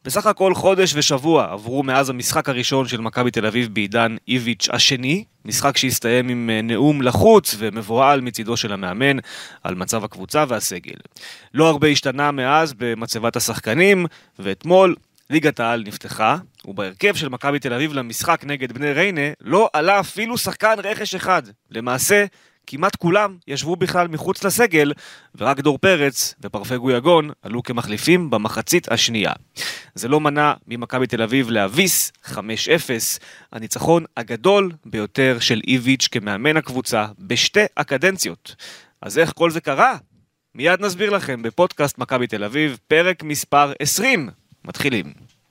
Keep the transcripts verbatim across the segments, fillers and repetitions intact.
בסך הכל חודש ושבוע עברו מאז המשחק הראשון של מכבי תל אביב בעידן איביץ' השני, משחק שהסתיים עם נאום לחוץ ומבוהל מצידו של המאמן על מצב הקבוצה והסגל. לא הרבה השתנה מאז במצבת השחקנים, ואתמול ליגת העל נפתחה, ובהרכב של מכבי תל אביב למשחק נגד בני ריינה לא עלה אפילו שחקן רכש אחד. למעשה, כמעט כולם ישבו בכלל מחוץ לסגל, ורק דור פרץ ופרפגו יגון עלו כמחליפים במחצית השנייה. זה לא מנע ממכבי תל אביב להביס חמש אפס, הניצחון הגדול ביותר של איביץ' כמאמן הקבוצה בשתי הקדנציות. אז איך כל זה קרה? מיד נסביר לכם בפודקאסט מכבי תל אביב, פרק מספר עשרים. מתחילים.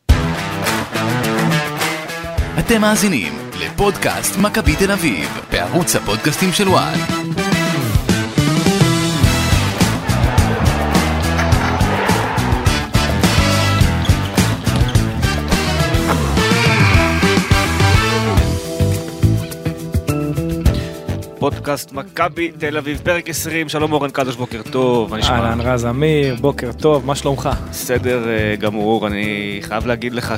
אתם מאזינים לפודקאסט מכבי תל אביב, בערוץ הפודקאסטים של וואן. פודקאסט מכבי תל אביב, פרק עשרים. שלום אורן קדוש, בוקר טוב. מה נשמע? אהלן רז אמיר, בוקר טוב, מה שלומך? בסדר גמור. אני חייב להגיד לך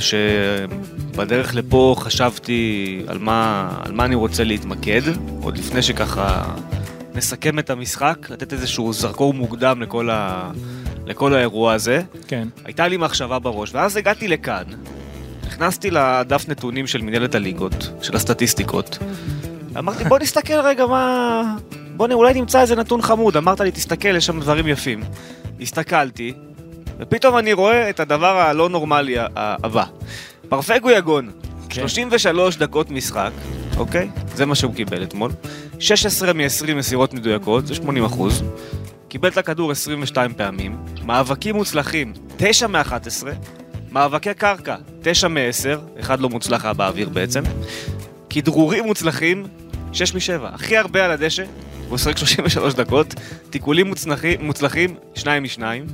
שבדרך לפה חשבתי על מה, על מה אני רוצה להתמקד, עוד לפני שככה נסכם את המשחק, לתת איזשהו זרקור מוקדם לכל, ה... לכל האירוע הזה. כן. הייתה לי מחשבה בראש, ואז הגעתי לכאן, נכנסתי לדף נתונים של מנהלת הליגות, של הסטטיסטיקות, אמרתי, בוא נסתכל רגע מה... בוא אולי נמצא איזה נתון חמוד. אמרת לי, תסתכל, יש שם דברים יפים. הסתכלתי, ופתאום אני רואה את הדבר הלא נורמלי הבא. פרפגו יגון, שלושים ושלוש דקות משחק, אוקיי? זה מה שהוא קיבל אתמול. שש עשרה מ-עשרים מסירות מדויקות, זה שמונים אחוז. קיבל את הכדור עשרים ושתיים פעמים. מאבקים מוצלחים, תשע מ-אחת עשרה. מאבקי קרקע, תשע מ-עשר. אחד לא מוצלח באוויר בעצם. כדרורים מוצלחים, שש משבע. הכי הרבה על הדשא, הוא שחק שלושים ושלוש דקות. תיקולים מוצלחים, שניים משניים.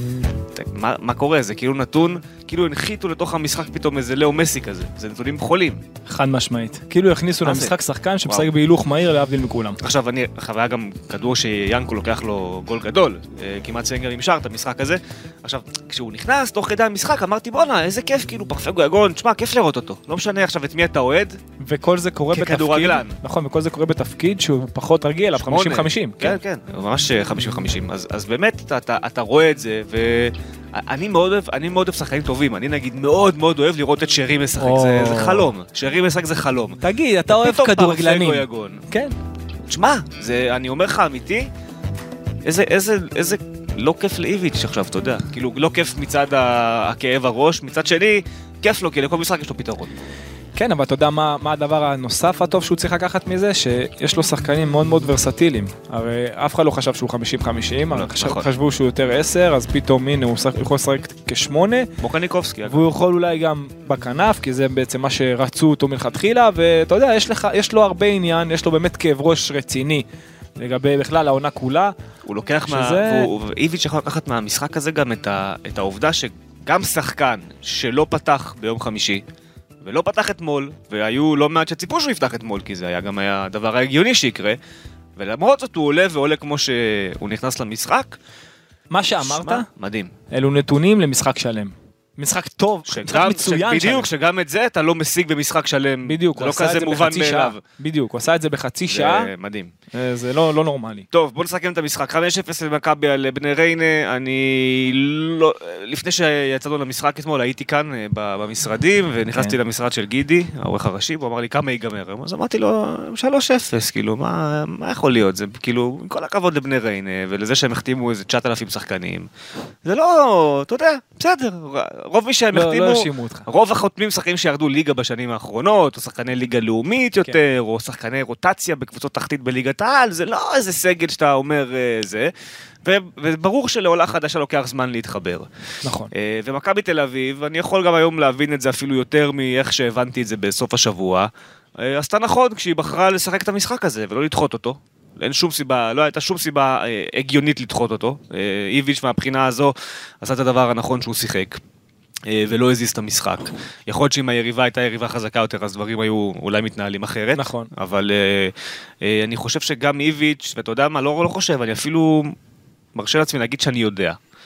מה, מה קורה? זה כאילו נתון, כאילו הנחיתו לתוך המשחק פתאום איזה לאו מסי כזה. זה נתונים חולים. חד משמעית. כאילו הכניסו למשחק שחקן שמשחק בהילוך מהיר להבדיל מכולם. עכשיו, אני חוויה גם כדור שיאנקו לוקח לו גול גדול. כמעט סנגר עם שער את המשחק הזה. עכשיו, כשהוא נכנס תוך כדי המשחק, אמרתי, בונה, איזה כיף, כאילו, פרפגו יגון, תשמע, כיף לראות אותו. לא משנה עכשיו את מי אתה אוהד. וכל זה קורה בתפקיד. נכון, וכל זה קורה בתפקיד שהוא פחות רגיל, חמישים חמישים. כן, כן, ממש חמישים חמישים. אז, אז באמת, אתה, אתה רואה את זה, ואני מאוד אוהב, אני מאוד אוהב שחקנים טובים. אני נגיד מאוד מאוד אוהב לראות את שרי משחק. זה, זה חלום. שרי משחק זה חלום. תגיד, אתה אוהב כדורגלנים. כן. תשמע, זה, אני אומר לך אמיתי, איזה, איזה, איזה לא כיף לאיביץ' עכשיו, אתה יודע. כאילו, לא כיף מצד הכאב הראש, מצד שני, כיף לו, כי לכל משחק יש לו פתרון. כן, אבל אתה יודע מה, מה הדבר הנוסף הטוב שהוא צריך לקחת מזה? שיש לו שחקנים מאוד מאוד ורסטיליים. הרי אף אחד לא חשב שהוא חמישים חמישים, חשבו שהוא יותר עשר, אז פתאום הנה הוא יכול לשחק כשמונה. בוקניקובסקי. והוא יכול אולי גם בכנף, כי זה בעצם מה שרצו אותו מלכתחילה, ואתה יודע, יש, לך, יש לו הרבה עניין, יש לו באמת כאב ראש רציני לגבי בכלל העונה כולה. הוא לוקח מה... ואיביץ' יכול לקחת מהמשחק הזה גם את, ה... את העובדה שגם שחקן שלא פתח ביום חמישי, ולא פתח אתמול, והיו לא מעט שציפו שהוא יפתח אתמול, כי זה היה גם היה הדבר ההגיוני שיקרה, ולמרות זאת הוא עולה ועולה כמו שהוא נכנס למשחק. מה שאמרת? שמה, מדהים. אלו נתונים למשחק שלם. משחק טוב, משחק מצוין. בדיוק, שגם את זה אתה לא משיג במשחק שלם. בדיוק, זה לא כזה מובן מאליו. בדיוק, הוא עשה את זה בחצי שעה. זה מדהים. זה לא, לא נורמלי. טוב, בוא נסכם את המשחק. חמש אפס למכבי על בני ריינה. אני לא... לפני שיצאנו למשחק אתמול, הייתי כאן במשרדים, ונכנסתי למשרד של גידי, העורך הראשי, הוא אמר לי כמה ייגמר. אז אמרתי לו, שלוש אפס, כאילו, מה, מה יכול להיות? זה כאילו, עם כל הכבוד לבני ריינה, ולזה שהם החתימו איזה תשעת אלפים שחקנים. זה לא, אתה יודע, בסדר. רוב מי שהם החתימו, לא הרשימו אותך. רוב החותמים שחקנים שירדו ליגה בשנים האחרונות, או שחקני ליגה לאומית יותר, או שחקני רוטציה בקבוצות תחתית בליגת העל, זה לא איזה סגל שאתה אומר זה, וברור שלעולה חדשה לוקח זמן להתחבר. נכון. ומכבי תל אביב, אני יכול גם היום להבין את זה אפילו יותר מאיך שהבנתי את זה בסוף השבוע, עשתה נכון כשהיא בחרה לשחק את המשחק הזה, ולא לדחות אותו. אין שום סיבה, לא הייתה שום סיבה הגיונית לדחות אותו. איביץ' מהבחינה הזו עשה את הדבר הנכון שהוא שיחק. ולא הזיז את המשחק. יכול להיות שאם היריבה הייתה יריבה חזקה יותר, אז דברים היו אולי מתנהלים אחרת. נכון. אבל אני חושב שגם איביץ', ואתה יודע מה, לא, לא חושב, אני אפילו מרשה לעצמי להגיד שאני יודע.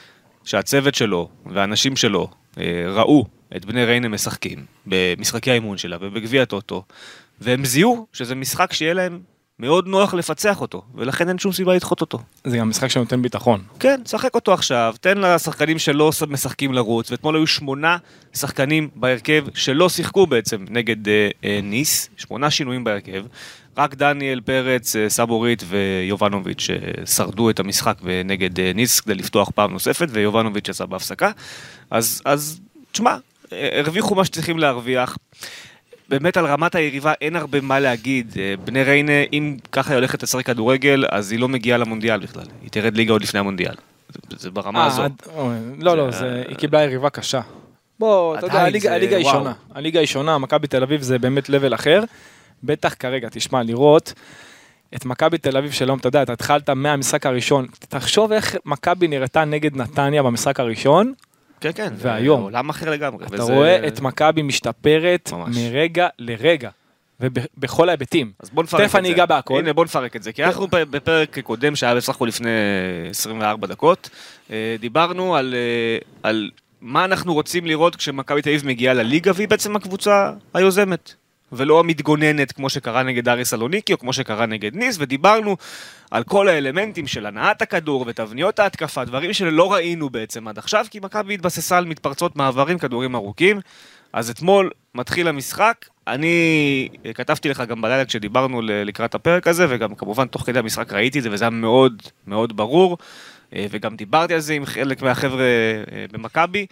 שהצוות שלו והאנשים שלו ראו את בני ריינה משחקים במשחקי האימון שלה ובגביע הטוטו, והם זיהו שזה משחק שיהיה להם מאוד נוח לפצח אותו, ולכן אין שום סיבה לדחות אותו. זה גם משחק שנותן ביטחון. כן, שחק אותו עכשיו, תן לשחקנים שלא משחקים לרוץ, ואתמול היו שמונה שחקנים בהרכב שלא שיחקו בעצם נגד אה, אה, ניס, שמונה שינויים בהרכב, רק דניאל פרץ, אה, סבורית ויובנוביץ' שרדו את המשחק נגד אה, ניס כדי לפתוח פעם נוספת, ויובנוביץ' יצא בהפסקה. אז, אז תשמע, הרוויחו מה שצריכים להרוויח. באמת על רמת היריבה אין הרבה מה להגיד. בני ריינה, אם ככה היא הולכת לשחק כדורגל, אז היא לא מגיעה למונדיאל בכלל. היא תרד ליגה עוד לפני המונדיאל. זה, זה ברמה הזו. לא, לא, היא קיבלה יריבה קשה. בוא, אתה יודע, הליגה היא שונה. הליגה היא שונה, מכבי תל אביב זה באמת לבל אחר. בטח כרגע, תשמע, לראות את מכבי תל אביב שלום, אתה יודע, אתה התחלת מהמשחק הראשון. תחשוב איך מכבי נראתה נגד נתניה במשחק הראשון. כן, כן, והיום, עולם אחר לגמרי. אתה וזה... רואה את מכבי משתפרת ממש. מרגע לרגע, ובכל ההיבטים. אז בוא נפרק את זה. אני אגע בהכל. הנה, בוא נפרק את זה, כי אנחנו בפרק קודם, שהיה בסך הכל לפני עשרים וארבע דקות, דיברנו על, על מה אנחנו רוצים לראות כשמכבי תל אביב מגיעה לליגה, והיא בעצם הקבוצה היוזמת, ולא המתגוננת כמו שקרה נגד אריס סלוניקי, או כמו שקרה נגד ניס, ודיברנו על כל האלמנטים של הנעת הכדור ותבניות ההתקפה, דברים שלא ראינו בעצם עד עכשיו, כי מכבי התבססה על מתפרצות מעברים, כדורים ארוכים. אז אתמול מתחיל המשחק, אני כתבתי לך גם בלילה כשדיברנו לקראת הפרק הזה, וגם כמובן תוך כדי המשחק ראיתי את זה, וזה היה מאוד מאוד ברור, וגם דיברתי על זה עם חלק מהחבר'ה במכבי,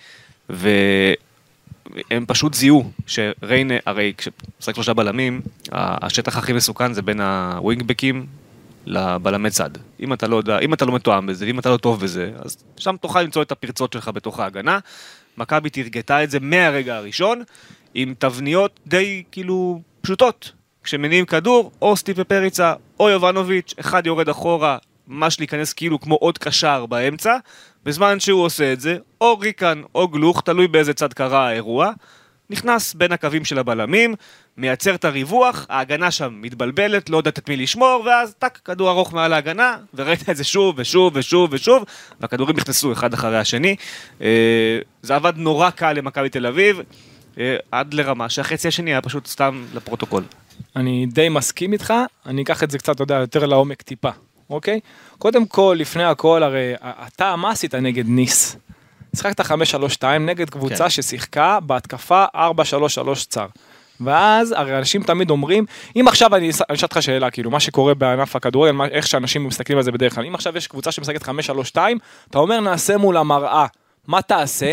והם פשוט זיהו שריינה, הרי כשמשחק שלושה בלמים, השטח הכי מסוכן זה בין הווינגבקים, לבלמי צד. אם אתה לא יודע, אם אתה לא מתואם בזה, אם אתה לא טוב בזה, אז שם תוכל למצוא את הפרצות שלך בתוך ההגנה. מכבי תרגתה את זה מהרגע הראשון, עם תבניות די כאילו פשוטות. כשמניעים כדור, או סטיפה פריצה, או יובנוביץ', אחד יורד אחורה, ממש להיכנס כאילו כמו עוד קשר באמצע, בזמן שהוא עושה את זה, או ריקן או גלוך, תלוי באיזה צד קרה האירוע, נכנס בין הקווים של הבלמים, מייצר את הריווח, ההגנה שם מתבלבלת, לא יודעת את מי לשמור, ואז טק, כדור ארוך מעל ההגנה, וראית את זה שוב ושוב ושוב ושוב, והכדורים נכנסו אחד אחרי השני. זה עבד נורא קל למכבי תל אביב, עד לרמה שהחצי השני היה פשוט סתם לפרוטוקול. אני די מסכים איתך, אני אקח את זה קצת, אתה יודע, יותר לעומק טיפה, אוקיי? קודם כל, לפני הכל, הרי אתה מה עשית נגד ניס? שחקת חמש שלוש שתיים נגד קבוצה כן. ששיחקה בהתקפה ארבע שלוש שלוש צר. ואז הרי אנשים תמיד אומרים, אם עכשיו אני אשאל אותך שאלה, כאילו, מה שקורה בענף הכדורגל, איך שאנשים מסתכלים על זה בדרך כלל, אם עכשיו יש קבוצה שמשחקת חמש שלוש שתיים, אתה אומר נעשה מול המראה, מה תעשה?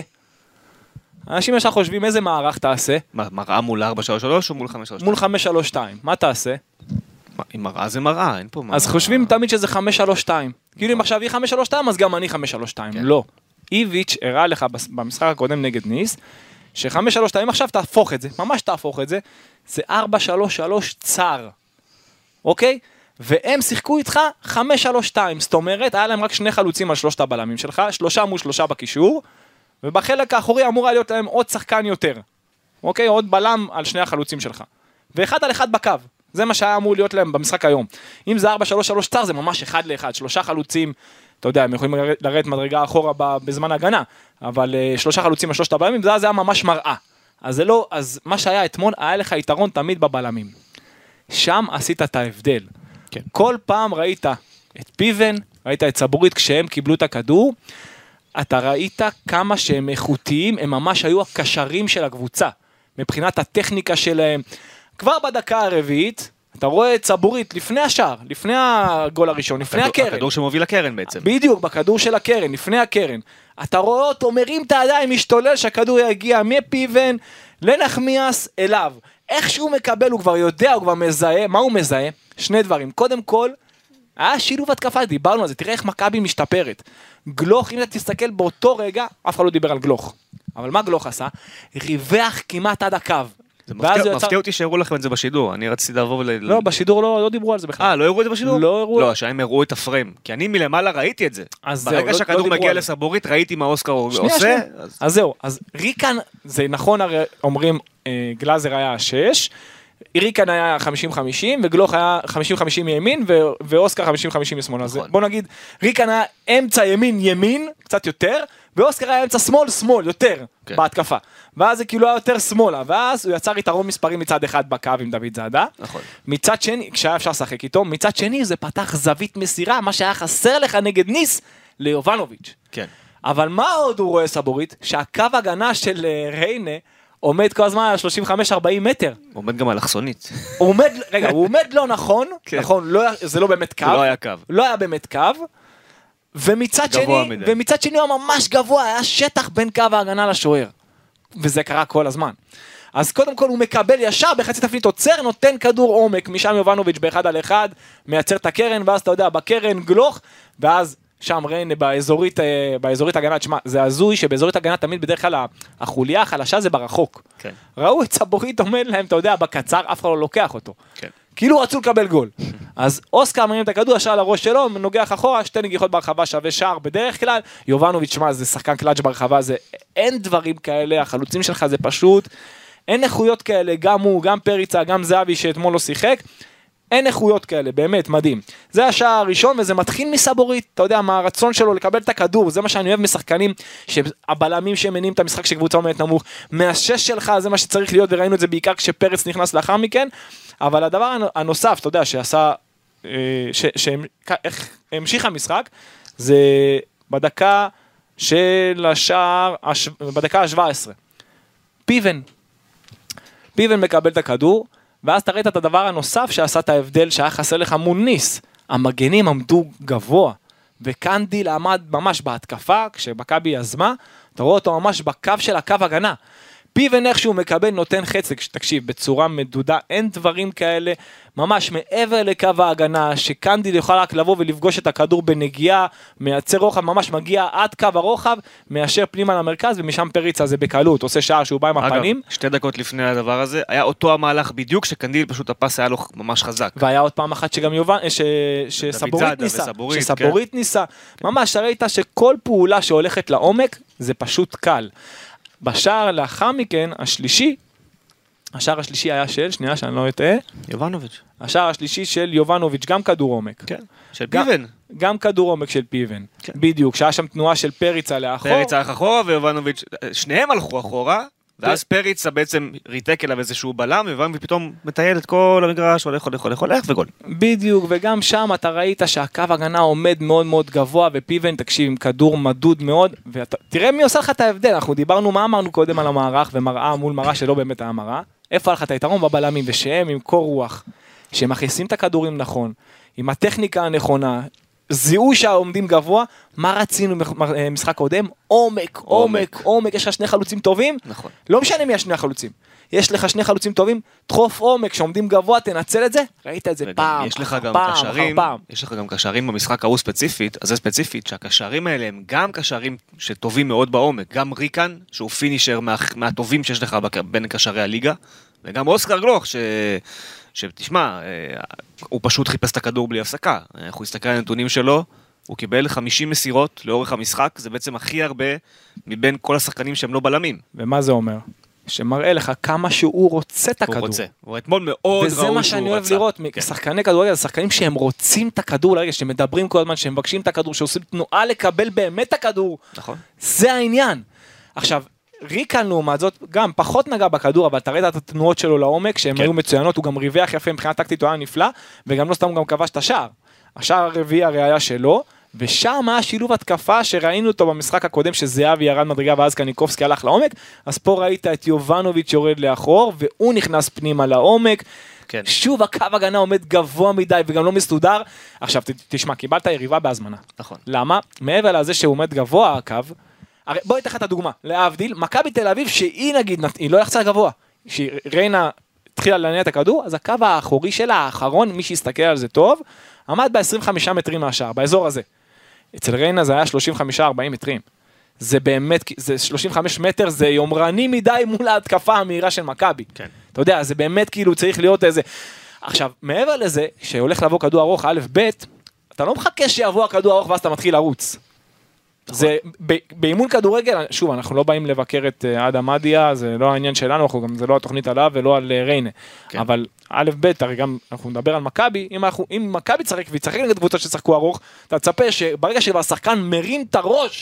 אנשים ישר חושבים איזה מערך תעשה? מה, מראה מול ארבע שלוש שלוש או מול חמש שלוש שתיים? מול חמש שלוש שתיים, מה תעשה? אם מראה זה מראה, אין פה מראה. אז חושבים תמיד שזה חמש שלוש שתיים. כאילו אם עכשיו היא חמש שלוש שתיים, אז גם אני חמש שלוש שתיים. לא. איביץ' הראה לך במשחק הקודם נגד ניס, ש-חמש שלוש שתיים עכשיו תהפוך את זה, ממש תהפוך את זה, זה ארבע שלוש שלוש צר, אוקיי? והם שיחקו איתך חמש שלוש שתיים, זאת אומרת, היה להם רק שני חלוצים על שלושת הבלמים שלך, שלושה מול שלושה בקישור, ובחלק האחורי אמור להיות להם עוד שחקן יותר, אוקיי? עוד בלם על שני החלוצים שלך, ואחד על אחד בקו, זה מה שהיה אמור להיות להם במשחק היום. אם זה ארבע שלוש שלוש צר, זה ממש אחד לאחד, שלושה חלוצים, אתה יודע, הם יכולים לרדת מדרגה אחורה בזמן ההגנה, אבל שלושה חלוצים על שלושת הבלמים, זה היה ממש מראה. אז זה לא, אז מה שהיה אתמול, היה לך יתרון תמיד בבלמים. שם עשית את ההבדל. כן. כל פעם ראית את פיבן, ראית את סבורית כשהם קיבלו את הכדור, אתה ראית כמה שהם איכותיים, הם ממש היו הקשרים של הקבוצה, מבחינת הטכניקה שלהם. כבר בדקה הרביעית, אתה רואה את סבורית לפני השער, לפני הגול הראשון, לפני הכדור, הקרן. הכדור שמוביל לקרן בעצם. בדיוק, בכדור של הקרן, לפני הקרן. אתה רואה אותו, מרים את הידיים, משתולל שהכדור יגיע מפיבן לנחמיאס אליו. איך שהוא מקבל, הוא כבר יודע, הוא כבר מזהה. מה הוא מזהה? שני דברים. קודם כל, היה שילוב התקפה, דיברנו על זה, תראה איך מכבי משתפרת. גלוך, אם אתה תסתכל באותו רגע, אף אחד לא דיבר על גלוך. אבל מה גלוך עשה? ריווח כמעט עד הקו. זה מפתיע אותי שהראו לכם את זה בשידור, אני רציתי לעבור ל... לא, בשידור לא דיברו על זה בכלל. אה, לא הראו את זה בשידור? לא הראו. לא, שהם הראו את הפריים, כי אני מלמעלה ראיתי את זה. ברגע שהכדור מגיע לסבורית, ראיתי מה אוסקר עושה. אז זהו, אז ריקן, זה נכון, אומרים, גלאזר היה שש, ריקן היה חמישים חמישים, וגלוך היה חמישים חמישים מימין, ואוסקר חמישים חמישים משמאל. אז בוא נגיד, ריקן היה אמצע ימין ימין, קצת יותר, ואוסקר היה אמצע שמאל, שמאל, יותר, כן. בהתקפה. ואז זה כאילו היה יותר שמאלה, ואז הוא יצר יתרון מספרים מצד אחד בקו עם דוד זאדה. נכון. מצד שני, כשהיה אפשר לשחק איתו, מצד שני זה פתח זווית מסירה, מה שהיה חסר לך נגד ניס, ליובנוביץ'. כן. אבל מה עוד הוא רואה סבורית? שהקו הגנה של ריינה עומד כל הזמן על שלושים וחמש ארבעים מטר. הוא עומד גם על אלכסונית. הוא עומד, רגע, הוא עומד לא נכון, כן. נכון, לא, זה לא באמת קו. זה לא היה קו. לא היה באמת קו. ומצד שני, מדי. ומצד שני הוא ממש גבוה, היה שטח בין קו ההגנה לשוער. וזה קרה כל הזמן. אז קודם כל הוא מקבל ישר בחצי תפנית עוצר, נותן כדור עומק, משם יובנוביץ' באחד על אחד, מייצר את הקרן, ואז אתה יודע, בקרן גלוך, ואז שם ריינה באזורית, באזורית הגנה, תשמע, זה הזוי שבאזורית הגנה תמיד בדרך כלל החוליה החלשה זה ברחוק. כן. ראו את סבורית עומד להם, אתה יודע, בקצר, אף אחד לא לוקח אותו. כן. כאילו רצו לקבל גול. אז אוסקר מרים את הכדור, ישר לראש שלו, נוגח אחורה, שתי נגיחות ברחבה שווה שער בדרך כלל, יובנוביץ' שמה, זה שחקן קלאץ' ברחבה, זה, אין דברים כאלה, החלוצים שלך זה פשוט, אין איכויות כאלה, גם הוא, גם פריצה, גם זהבי שאתמול לא שיחק, אין איכויות כאלה, באמת, מדהים. זה השער הראשון, וזה מתחיל מסבורית, אתה יודע, מה הרצון שלו לקבל את הכדור, זה מה שאני אוהב משחקנים, שהבלמים שמניעים את המשחק שקבוצה עומדת נמוך, מהשש שלך, זה מה שצריך להיות, וראינו את זה בעיקר כשפרץ נכנס לאחר מכן, אבל הדבר הנוסף, אתה יודע, שעשה, שהמשיך המשחק, זה בדקה של השער, בדקה ה-שבע עשרה. פיבן. פיבן מקבל את הכדור, ואז תראית את הדבר הנוסף שעשה את ההבדל שהיה חסר לך מול ניס. המגנים עמדו גבוה, וקנדיל עמד ממש בהתקפה, כשבקאבי יזמה, אתה רואה אותו ממש בקו של הקו הגנה. פיבן איך שהוא מקבל נותן חצי, תקשיב, בצורה מדודה, אין דברים כאלה, ממש מעבר לקו ההגנה, שקנדיל יוכל רק לבוא ולפגוש את הכדור בנגיעה, מייצר רוחב, ממש מגיע עד קו הרוחב, מאשר פנימה למרכז, ומשם פריצה זה בקלות, עושה שער שהוא בא עם אגב, הפנים. שתי דקות לפני הדבר הזה, היה אותו המהלך בדיוק, שקנדיל פשוט הפס היה לו ממש חזק. והיה עוד פעם אחת שגם יובן, ש... שסבורית ניסה, וסבורית, שסבורית כן. ניסה, ממש ראית שכל פעולה שהולכת לעומק, זה פשוט קל. בשער לאחר מכן, השלישי, השער השלישי היה של, שנייה שאני לא אטעה, יובנוביץ'. השער השלישי של יובנוביץ', גם כדור עומק. כן, של גם, פיבן. גם כדור עומק של פיבן. כן. בדיוק, שהיה שם תנועה של פריצה לאחור. פריצה הלך אחורה ויובנוביץ', שניהם הלכו אחורה, ואז פריצה בעצם ריתק אליו איזשהו בלם, ויובנוביץ' פתאום מטייל את כל המגרש, הולך, הולך, הולך, הולך, וגול. בדיוק, וגם שם אתה ראית שהקו הגנה עומד מאוד מאוד גבוה, ופיבן, תקשיב, עם כדור מדוד מאוד, ותראה מי עושה לך את ההבדל, אנחנו דיברנו מה אמרנו קודם על המערך, ומראה מול מראה שלא באמת היה מראה, איפה הלך את היתרון בבלמים, ושהם עם קור רוח, שהם מכניסים את הכדורים נכון, עם הטכניקה הנכונה, זיהוי שהעומדים גבוה, מה רצינו במשחק קודם? עומק, עומק, עומק, יש לך שני חלוצים טובים? נכון. לא משנה מי השני החלוצים. יש לך שני חלוצים טובים, דחוף עומק, שעומדים גבוה, תנצל את זה, ראית את זה פעם, יש לך גם פעם, קשרים, פעם. יש לך גם קשרים במשחק ההוא ספציפית, אז זה ספציפית, שהקשרים האלה הם גם קשרים שטובים מאוד בעומק, גם ריקן, שהוא פינישר מה, מהטובים שיש לך בין קשרי הליגה, וגם אוסקר גלוך, ש... שתשמע, הוא פשוט חיפש את הכדור בלי הפסקה, אנחנו נסתכל על הנתונים שלו, הוא קיבל חמישים מסירות לאורך המשחק, זה בעצם הכי הרבה מבין כל השחקנים שהם לא בלמים. ומה זה אומר? שמראה לך כמה שהוא רוצה את הכדור. הוא רוצה, הוא אתמול מאוד ראוי שהוא רצה. וזה מה שאני אוהב לראות, כן. שחקני כדורגל, זה שחקנים שהם רוצים את הכדור לרגע, שהם מדברים כל הזמן, שהם מבקשים את הכדור, שעושים תנועה לקבל באמת את הכדור. נכון. זה העניין. עכשיו, ריקן לעומת זאת, גם פחות נגע בכדור, אבל תראית את התנועות שלו לעומק, שהן כן. היו מצוינות, הוא גם ריווח יפה מבחינה טקטית, הוא היה נפלא, וגם לא סתם גם כבש את השער. השער הרביעי הרי היה שלו, ושם היה שילוב התקפה שראינו אותו במשחק הקודם, שזהבי ירד מדרגה ואז קניקובסקי הלך לעומק, אז פה ראית את יובנוביץ' יורד לאחור, והוא נכנס פנימה לעומק, כן. שוב הקו הגנה עומד גבוה מדי וגם לא מסתודר, עכשיו תשמע, קיבלת יריבה בהזמנה. נכון. למה? מעבר לזה שהוא עומד גבוה הקו, הרי בואי תחת הדוגמה, להבדיל, מכבי תל אביב שהיא נגיד, היא לא יחצה גבוה, שריינה התחילה להניע את הכדור, אז הקו האחורי שלה, האחרון, מי שיסתכל על זה טוב, עמד ב-עשרים וחמישה מטרים מהשאר, באזור הזה. אצל ריינה זה היה שלושים וחמישה ארבעים מטרים. זה באמת, זה שלושים וחמישה מטר, זה יומרני מדי מול ההתקפה המהירה של מכבי. כן. אתה יודע, זה באמת כאילו צריך להיות איזה... עכשיו, מעבר לזה, שהולך לבוא כדור ארוך א' ב', אתה לא מחכה שיבוא הכדור ארוך ואז אתה מתחיל לרוץ. זה, באימון כדורגל, שוב, אנחנו לא באים לבקר את אדם מדיה, זה לא העניין שלנו, אנחנו גם, זה לא התוכנית עליו ולא על ריינה. כן. אבל א' ב', הרי גם אנחנו נדבר על מכבי, אם, אם מכבי צחק ויצחק נגד קבוצות ששחקו ארוך, אתה תצפה שברגע שהשחקן מרים את הראש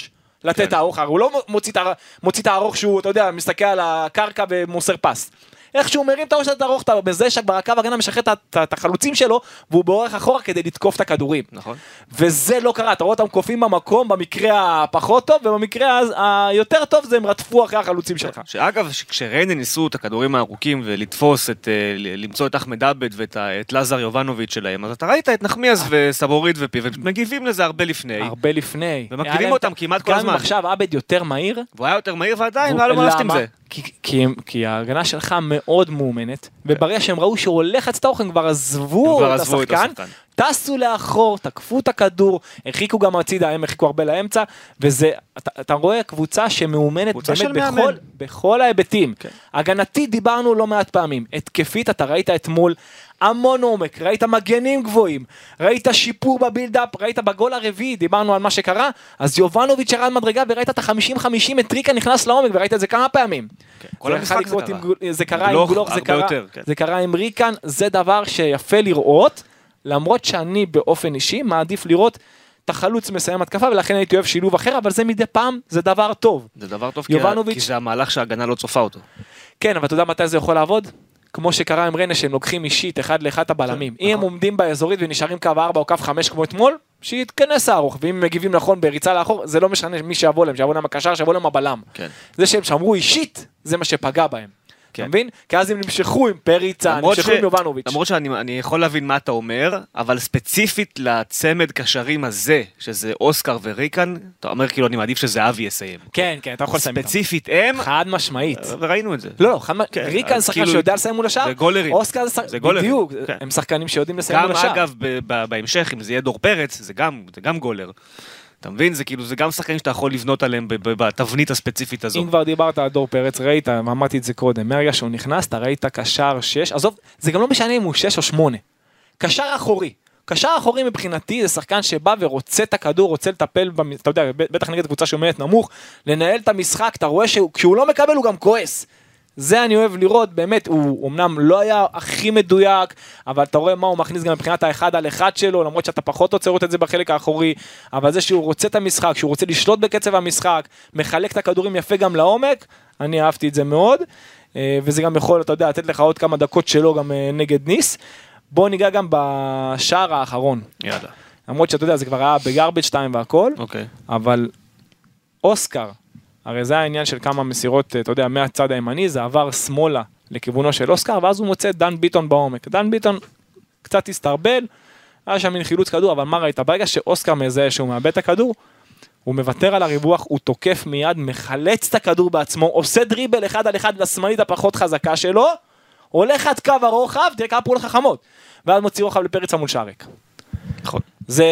לתת את הארוך, הוא לא מוציא את הארוך שהוא, אתה יודע, מסתכל על הקרקע ומוסר פס. איך שהוא מרים את הראש את הארוך, בזה שבקו הגנה משחרר את החלוצים שלו, והוא בורח אחורה כדי לתקוף את הכדורים. נכון. וזה לא קרה, אתה רואה אותם קופים במקום, במקרה הפחות טוב, ובמקרה היותר טוב זה הם רדפו אחרי החלוצים שלך. שאגב, כשריינה ניסו את הכדורים הארוכים ולתפוס, למצוא את אחמד עבד ואת לזר יובנוביץ' שלהם, אז אתה ראית את נחמיאס וסבורית ופי, ומגיבים לזה הרבה לפני. הרבה לפני. ומקבילים אותם כמעט כל הזמן. גם עכשיו עבד יותר מהיר. והוא היה יותר מהיר ועדיין, לא ממש עם זה. כי, כי, כי ההגנה שלך מאוד מאומנת, וברגע שהם ראו שהוא הולך את סטאוך, הם כבר עזבו את השחקן, טסו לאחור, תקפו את הכדור, הרחיקו גם הצידה, הם הרחיקו הרבה לאמצע, וזה, אתה, אתה רואה קבוצה שמאומנת באמת בכל, בכל ההיבטים. Okay. הגנתית דיברנו לא מעט פעמים, התקפית אתה ראית אתמול, המון עומק, ראית מגנים גבוהים, ראית שיפור בבילדאפ, ראית בגול הרביעי, דיברנו על מה שקרה, אז יובנוביץ' ירד מדרגה וראית את ה-חמישים חמישים מטריקה נכנס לעומק, וראית את זה כמה פעמים. כל המשחק זה קרה. זה קרה עם גלוך, זה קרה עם ריקן, זה דבר שיפה לראות, למרות שאני באופן אישי מעדיף לראות את החלוץ מסיים התקפה, ולכן הייתי אוהב שילוב אחר, אבל זה מדי פעם, זה דבר טוב. זה דבר טוב, כי זה המהלך שההגנה לא צופה אותו. כן, אבל אתה יודע מתי זה יכול לעבוד? כמו שקרה עם ריינה, שהם לוקחים אישית אחד לאחד הבלמים. אם הם עומדים באזורית ונשארים קו ארבע או קו חמש כמו אתמול, שיתכנס הארוך, ואם מגיבים נכון בריצה לאחור, זה לא משנה מי שיבוא להם, שיבוא להם הקשר, שיבוא להם הבלם. זה שהם שמרו אישית, זה מה שפגע בהם. אתה מבין? כי אז הם נמשכו עם פריצה, נמשכו עם יובנוביץ'. למרות שאני יכול להבין מה אתה אומר, אבל ספציפית לצמד קשרים הזה, שזה אוסקר וריקן, אתה אומר כאילו אני מעדיף שזה אבי יסיים. כן, כן, אתה יכול לסיים איתם. ספציפית הם... חד משמעית. וראינו את זה. לא, לא, ריקן שחקן שיודע לסיים מול השאר, זה גולרים. אוסקר זה בדיוק, הם שחקנים שיודעים לסיים מול השאר. גם אגב, בהמשך, אם זה יהיה דור פרץ, זה גם גולר. אתה מבין? זה כאילו, זה גם שחקנים שאתה יכול לבנות עליהם בתבנית הספציפית הזו. אם כבר דיברת על דור פרץ, ראית, אמרתי את זה קודם, מהרגע שהוא נכנס, אתה ראית קשר שש, עזוב, זה גם לא משנה אם הוא שש או שמונה. קשר אחורי. קשר אחורי מבחינתי זה שחקן שבא ורוצה את הכדור, רוצה לטפל, אתה יודע, בטח נגד קבוצה שעומדת נמוך, לנהל את המשחק, אתה רואה שכשהוא לא מקבל הוא גם כועס. זה אני אוהב לראות, באמת, הוא אמנם לא היה הכי מדויק, אבל אתה רואה מה הוא מכניס גם מבחינת האחד על אחד שלו, למרות שאתה פחות רוצה לראות את זה בחלק האחורי, אבל זה שהוא רוצה את המשחק, שהוא רוצה לשלוט בקצב המשחק, מחלק את הכדורים יפה גם לעומק, אני אהבתי את זה מאוד, וזה גם יכול, אתה יודע, לתת לך עוד כמה דקות שלו גם נגד ניס. בואו ניגע גם בשער האחרון. יאללה. למרות שאתה יודע, זה כבר היה בגרבג' שתיים והכל, אוקיי. אבל אוסקר, הרי זה העניין של כמה מסירות, אתה יודע, מהצד הימני, זה עבר שמאלה לכיוונו של אוסקר, ואז הוא מוצא דן ביטון בעומק. דן ביטון קצת הסתרבל, היה שם מין חילוץ כדור, אבל מה ראית? ברגע שאוסקר מזהה שהוא מאבד את הכדור, הוא מוותר על הריווח, הוא תוקף מיד, מחלץ את הכדור בעצמו, עושה דריבל אחד על אחד לשמאלית הפחות חזקה שלו, הולך עד קו הרוחב, תראה כמה פעולות חכמות, ואז מוציא רוחב לפרץ המול שערק. נכון. זה...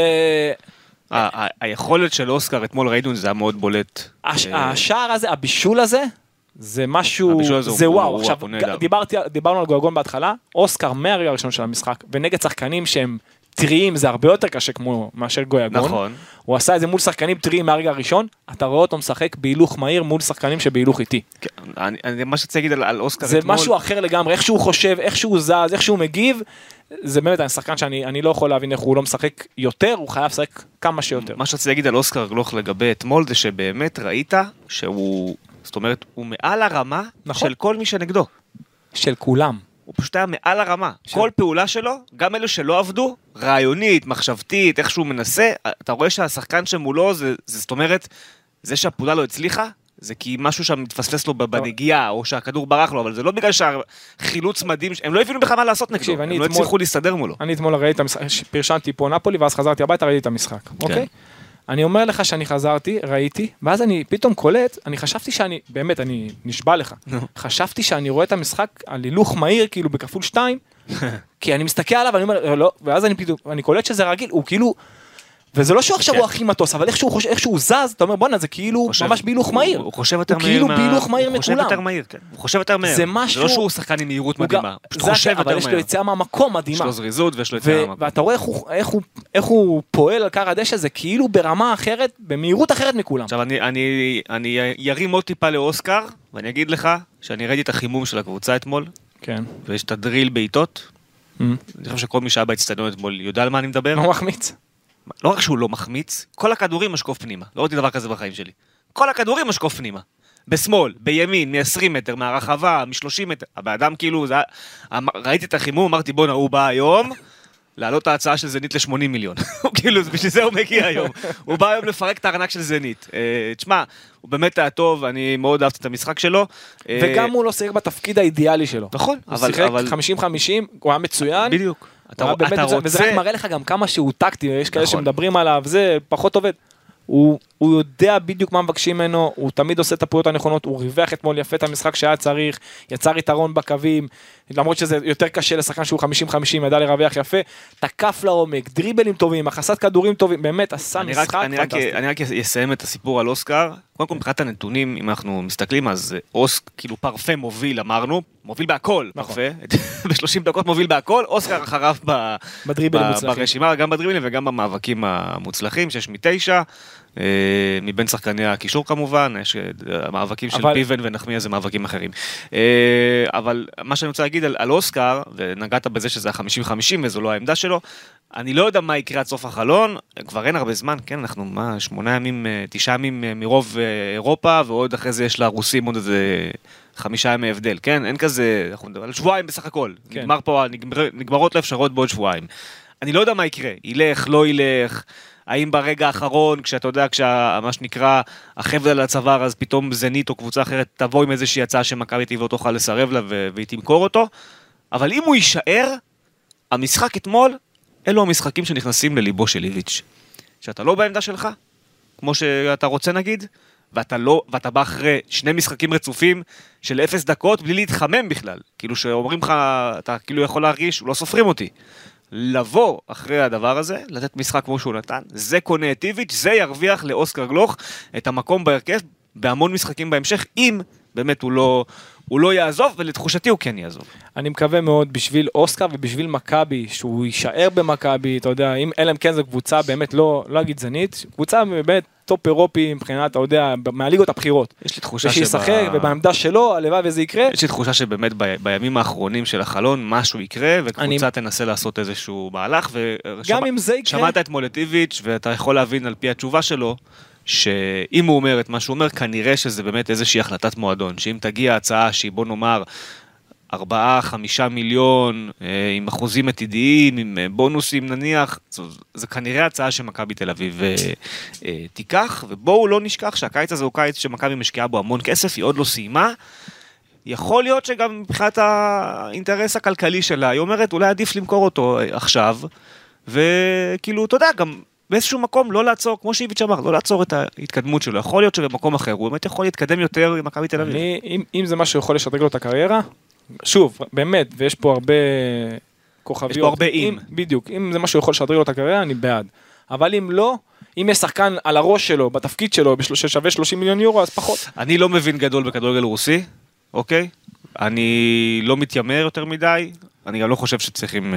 היכולת של אוסקר, אתמול ראינו, זה היה מאוד בולט. השער הזה, הבישול הזה, זה משהו, זה וואו. עכשיו, דיברנו על גויגון בהתחלה, אוסקר מהרגע הראשון של המשחק, ונגד שחקנים שהם טריים, זה הרבה יותר קשה כמו מאשר גויגון. נכון. הוא עשה את זה מול שחקנים טריים מהרגע הראשון, אתה רואה אותו משחק בהילוך מהיר מול שחקנים שבהילוך איטי. מה שצריך להגיד על אוסקר אתמול. זה משהו אחר לגמרי, איך שהוא חושב, איך שהוא זז, איך שהוא מגיב, זה באמת השחקן שאני לא יכול להבין איך הוא לא משחק יותר, הוא חייב לשחק כמה שיותר. מה שרציתי להגיד על אוסקר גלוך לגבי אתמול, זה שבאמת ראית שהוא, זאת אומרת, הוא מעל הרמה של כל מי שנגדו. של כולם. הוא פשוט היה מעל הרמה. כל פעולה שלו, גם אלו שלא עבדו, רעיונית, מחשבתית, איך שהוא מנסה, אתה רואה שהשחקן שמולו, זה, זה, זאת אומרת, זה שהפעולה לא הצליחה, זה כי משהו שם מתפספס לו בנגיעה, או שהכדור ברח לו, אבל זה לא בגלל שהחילוץ מדהים, הם לא הבינו בכלל מה לעשות נגדו, הם לא הצליחו להסתדר מולו. אני אתמול ראיתי את המשחק, פרשנתי פה נפולי, ואז חזרתי הביתה, ראיתי את המשחק, אוקיי? אני אומר לך שאני חזרתי, ראיתי, ואז אני פתאום קולט, אני חשבתי שאני, באמת, אני נשבע לך, חשבתי שאני רואה את המשחק על הילוך מהיר, כאילו בכפול שתיים, כי אני מסתכל עליו, ואני אומר, לא, ואז אני פתאום, אני קולט שזה רגיל, הוא כאילו, וזה לא שהוא עכשיו הוא הכי מטוס, אבל איך שהוא זז, אתה אומר, בוא'נה, זה כאילו ממש בהילוך מהיר. הוא חושב יותר מהיר. כאילו בהילוך מהיר מכולם. הוא חושב יותר מהיר, כן. הוא חושב יותר מהיר. זה משהו... זה לא שהוא שחקן עם מהירות מדהימה. הוא חושב יותר מהיר. אבל יש לו יציאה מהמקום מדהימה. יש לו זריזות ויש לו יציאה מהמקום. ואתה רואה איך הוא פועל על קר הדשא, זה כאילו ברמה אחרת, במהירות אחרת מכולם. עכשיו, אני ירים עוד טיפה לאוסקר, ואני אגיד לך שאני ראיתי את החימום של הקבוצה אתמול. כן. ויש את הדריל בעיטות. אני חושב שכל מי שהיה באצטדיון אתמול יודע על מה אני מדבר. לא מחמיץ. לא רק שהוא לא מחמיץ, כל הכדורים משקוף פנימה. לא ראיתי דבר כזה בחיים שלי. כל הכדורים משקוף פנימה. בשמאל, בימין, מ-עשרים מטר, מהרחבה, מ-שלושים מטר. הבאדם כאילו, זה... ראיתי את החימום, אמרתי בוא, הוא בא היום, להעלות את ההצעה של זנית ל-שמונים מיליון. כאילו, בשביל זה הוא מגיע היום. הוא בא היום לפרק את הארנק של זנית. תשמע, הוא באמת היה טוב, אני מאוד אהבתי את המשחק שלו. וגם הוא לא שיחק בתפקיד האידיאלי שלו. נכון, הוא שיחק חמישים חמישים, הוא היה מצוין. בדיוק. אתה רוצה... וזה רק מראה לך גם כמה שהוא טקטי, יש כאלה שמדברים עליו, זה פחות עובד. הוא, הוא יודע בדיוק מה מבקשים ממנו, הוא תמיד עושה את הפעולות הנכונות, הוא ריווח אתמול יפה את המשחק שהיה צריך, יצר יתרון בקווים, למרות שזה יותר קשה לשחקן שהוא חמישים חמישים, ידע לרווח יפה, תקף לעומק, דריבלים טובים, החסת כדורים טובים, באמת עשה משחק אני פנטסטי. רק, אני רק אסיים את הסיפור על אוסקר, קודם כל מבחינת הנתונים, אם אנחנו מסתכלים, אז אוסק, כאילו פרפה מוביל, אמרנו, מוביל בהכל, פרפה, ב-שלושים דקות מוביל בהכל, אוסקר אחריו ברשימה, גם בדריבלים וגם במאבקים המוצלחים, שש מתשע, מבין שחקני הקישור כמובן, יש מאבקים של פיבן ונחמיה, זה מאבקים אחרים. אבל מה שאני רוצה להגיד על אוסקר, ונגעת בזה שזה ה-חמישים חמישים, וזו לא העמדה שלו, אני לא יודע מה יקרה עד סוף החלון, כבר אין הרבה זמן, כן, אנחנו מה, שמונה ימים, תשעה ימים מרוב אירופה, ועוד אחרי זה יש לרוסים עוד איזה חמישה ימי הבדל, כן, אין כזה, אנחנו מדברים על שבועיים בסך הכל, נגמר פה, נגמרות לאפשרות בעוד שבועיים. אני לא יודע מה יקרה, ילך, לא ילך, האם ברגע האחרון, כשאתה יודע, כשמה שנקרא, החבל על הצוואר, אז פתאום זנית או קבוצה אחרת תבוא עם איזושהי הצעה שמכבי תבוא תוכל לסרב לה והיא תמכור אותו, אבל אם הוא יישאר, המשחק אתמול, אלו המשחקים שנכנסים לליבו של איביץ'. שאתה לא בעמדה שלך, כמו שאתה רוצה נגיד, ואתה לא, ואתה בא אחרי שני משחקים רצופים של אפס דקות, בלי להתחמם בכלל. כאילו שאומרים לך, אתה כאילו יכול להרגיש, לא סופרים אותי. לבוא אחרי הדבר הזה, לתת משחק כמו שהוא נתן, זה קונה את איביץ', זה ירוויח לאוסקר גלוך את המקום בהרכב, בהמון משחקים בהמשך, אם באמת הוא לא, הוא לא יעזוב, ולתחושתי הוא כן יעזוב. אני מקווה מאוד בשביל אוסקר ובשביל מכבי, שהוא יישאר במכבי, אתה יודע, אם אלם כן זו קבוצה באמת לא, לא אגיד זנית, קבוצה באמת טופ אירופי מבחינת, אתה יודע, מהליגות הבחירות. יש לי תחושה שישחק, ובעמדה שלו, הלוואי וזה יקרה. יש לי תחושה שבאמת ב... בימים האחרונים של החלון, משהו יקרה, וקבוצה אני... תנסה לעשות איזשהו מהלך, גם אם זה יקרה... שמעת את מולטיביץ', ואתה יכול להבין על פי התשובה שלו, שאם הוא אומר את מה שהוא אומר, כנראה שזה באמת איזושהי החלטת מועדון, שאם תגיע הצעה שהיא בוא נאמר, ארבעה, חמישה מיליון, עם אחוזים עתידיים, עם בונוסים נניח, זו, זו כנראה הצעה שמכבי תל אביב תיקח, ובואו לא נשכח שהקיץ הזה הוא קיץ שמכבי משקיעה בו המון כסף, היא עוד לא סיימה, יכול להיות שגם מבחינת האינטרס הכלכלי שלה, היא אומרת אולי עדיף למכור אותו עכשיו, וכאילו, אתה יודע, גם באיזשהו מקום לא לעצור, כמו שאיביץ' אמר, לא לעצור את ההתקדמות שלו, יכול להיות שבמקום אחר, הוא באמת יכול להתקדם יותר עם מכבי תל אביב. אני, אם, אם זה משהו יכול לשדרג לו את הקריירה, שוב, באמת, ויש פה הרבה כוכביות. יש פה הרבה אם. בדיוק, אם זה משהו יכול לשדרג לו את הקריירה, אני בעד. אבל אם לא, אם יש שחקן על הראש שלו, בתפקיד שלו, ששווה שלושים מיליון יורו, אז פחות. אני לא מבין גדול בכדורגל רוסי, אוקיי? אני לא מתיימר יותר מדי, אני גם לא חושב שצריכים, אה,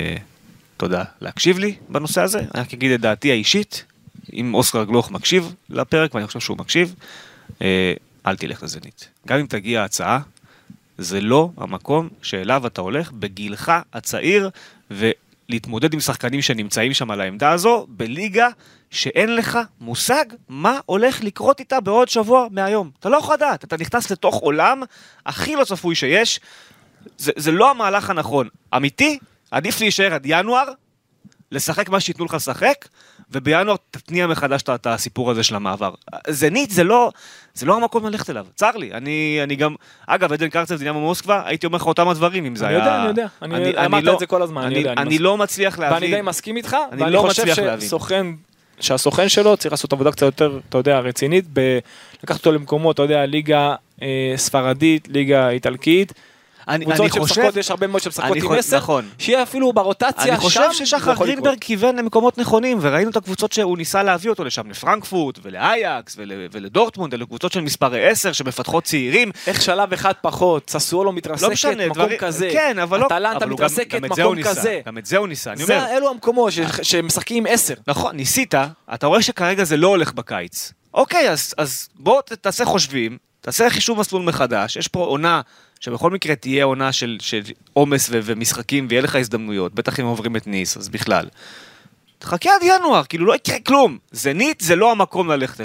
תודה, להקשיב לי בנושא הזה. אני רק אגיד את דעתי האישית, אם אוסקר גלוך מקשיב לפרק, ואני חושב שהוא מקשיב, אה, אל תלך לזנית. גם אם תגיע ההצעה, זה לא המקום שאליו אתה הולך בגילך הצעיר, ולהתמודד עם שחקנים שנמצאים שם על העמדה הזו, בליגה שאין לך מושג מה הולך לקרות איתה בעוד שבוע מהיום. אתה לא יכול לדעת, אתה נכנס לתוך עולם הכי לא צפוי שיש, זה, זה לא המהלך הנכון. אמיתי, עדיף להישאר עד ינואר, לשחק מה שיתנו לך לשחק, ובינואר תתניע מחדש את הסיפור הזה של המעבר. זנית זה לא, זה לא המקום ללכת אליו. צר לי, אני, אני גם, אגב, עדן קרצב, דינמו מוסקבה, הייתי אומר לך אותם הדברים, אם זה היה... אני יודע, אני יודע, אני אמרת את זה כל הזמן, אני יודע. אני לא מצליח להבין. ואני די מסכים איתך, ואני חושב שסוכן, שהסוכן שלו צריך לעשות עבודה קצת יותר, אתה יודע, רצינית, לקחת אותו למקומות, אתה יודע, ליגה ספרדית, ליגה איטלקית, קבוצות שמשחקות, יש הרבה מאוד שמשחקות עם עשר, שיהיה אפילו ברוטציה שם. אני חושב ששחר גרינברג כיוון למקומות נכונים, וראינו את הקבוצות שהוא ניסה להביא אותו לשם, לפרנקפורט ולאייקס ולדורטמונד, אלה קבוצות של מספר עשר שמפתחות צעירים. איך שלב אחד פחות, ססואלו מתרסקת, מקום כזה, אטלנטה מתרסקת, מקום כזה. גם את זה הוא ניסה. אלו המקומות שמשחקים עם עשר. נכון, ניסית, אתה רואה שכרגע זה לא הולך בקיץ. אוקיי, אז בוא תעשה חושבים, תעשה חישוב מסלול מחדש, יש פה עונה שבכל מקרה תהיה עונה של, של עומס ו- ומשחקים, ויהיה לך הזדמנויות, בטח אם עוברים את ניס, אז בכלל. תחכה עד ינואר, כאילו לא יקרה כלום. זנית זה לא המקום ללכת אליו.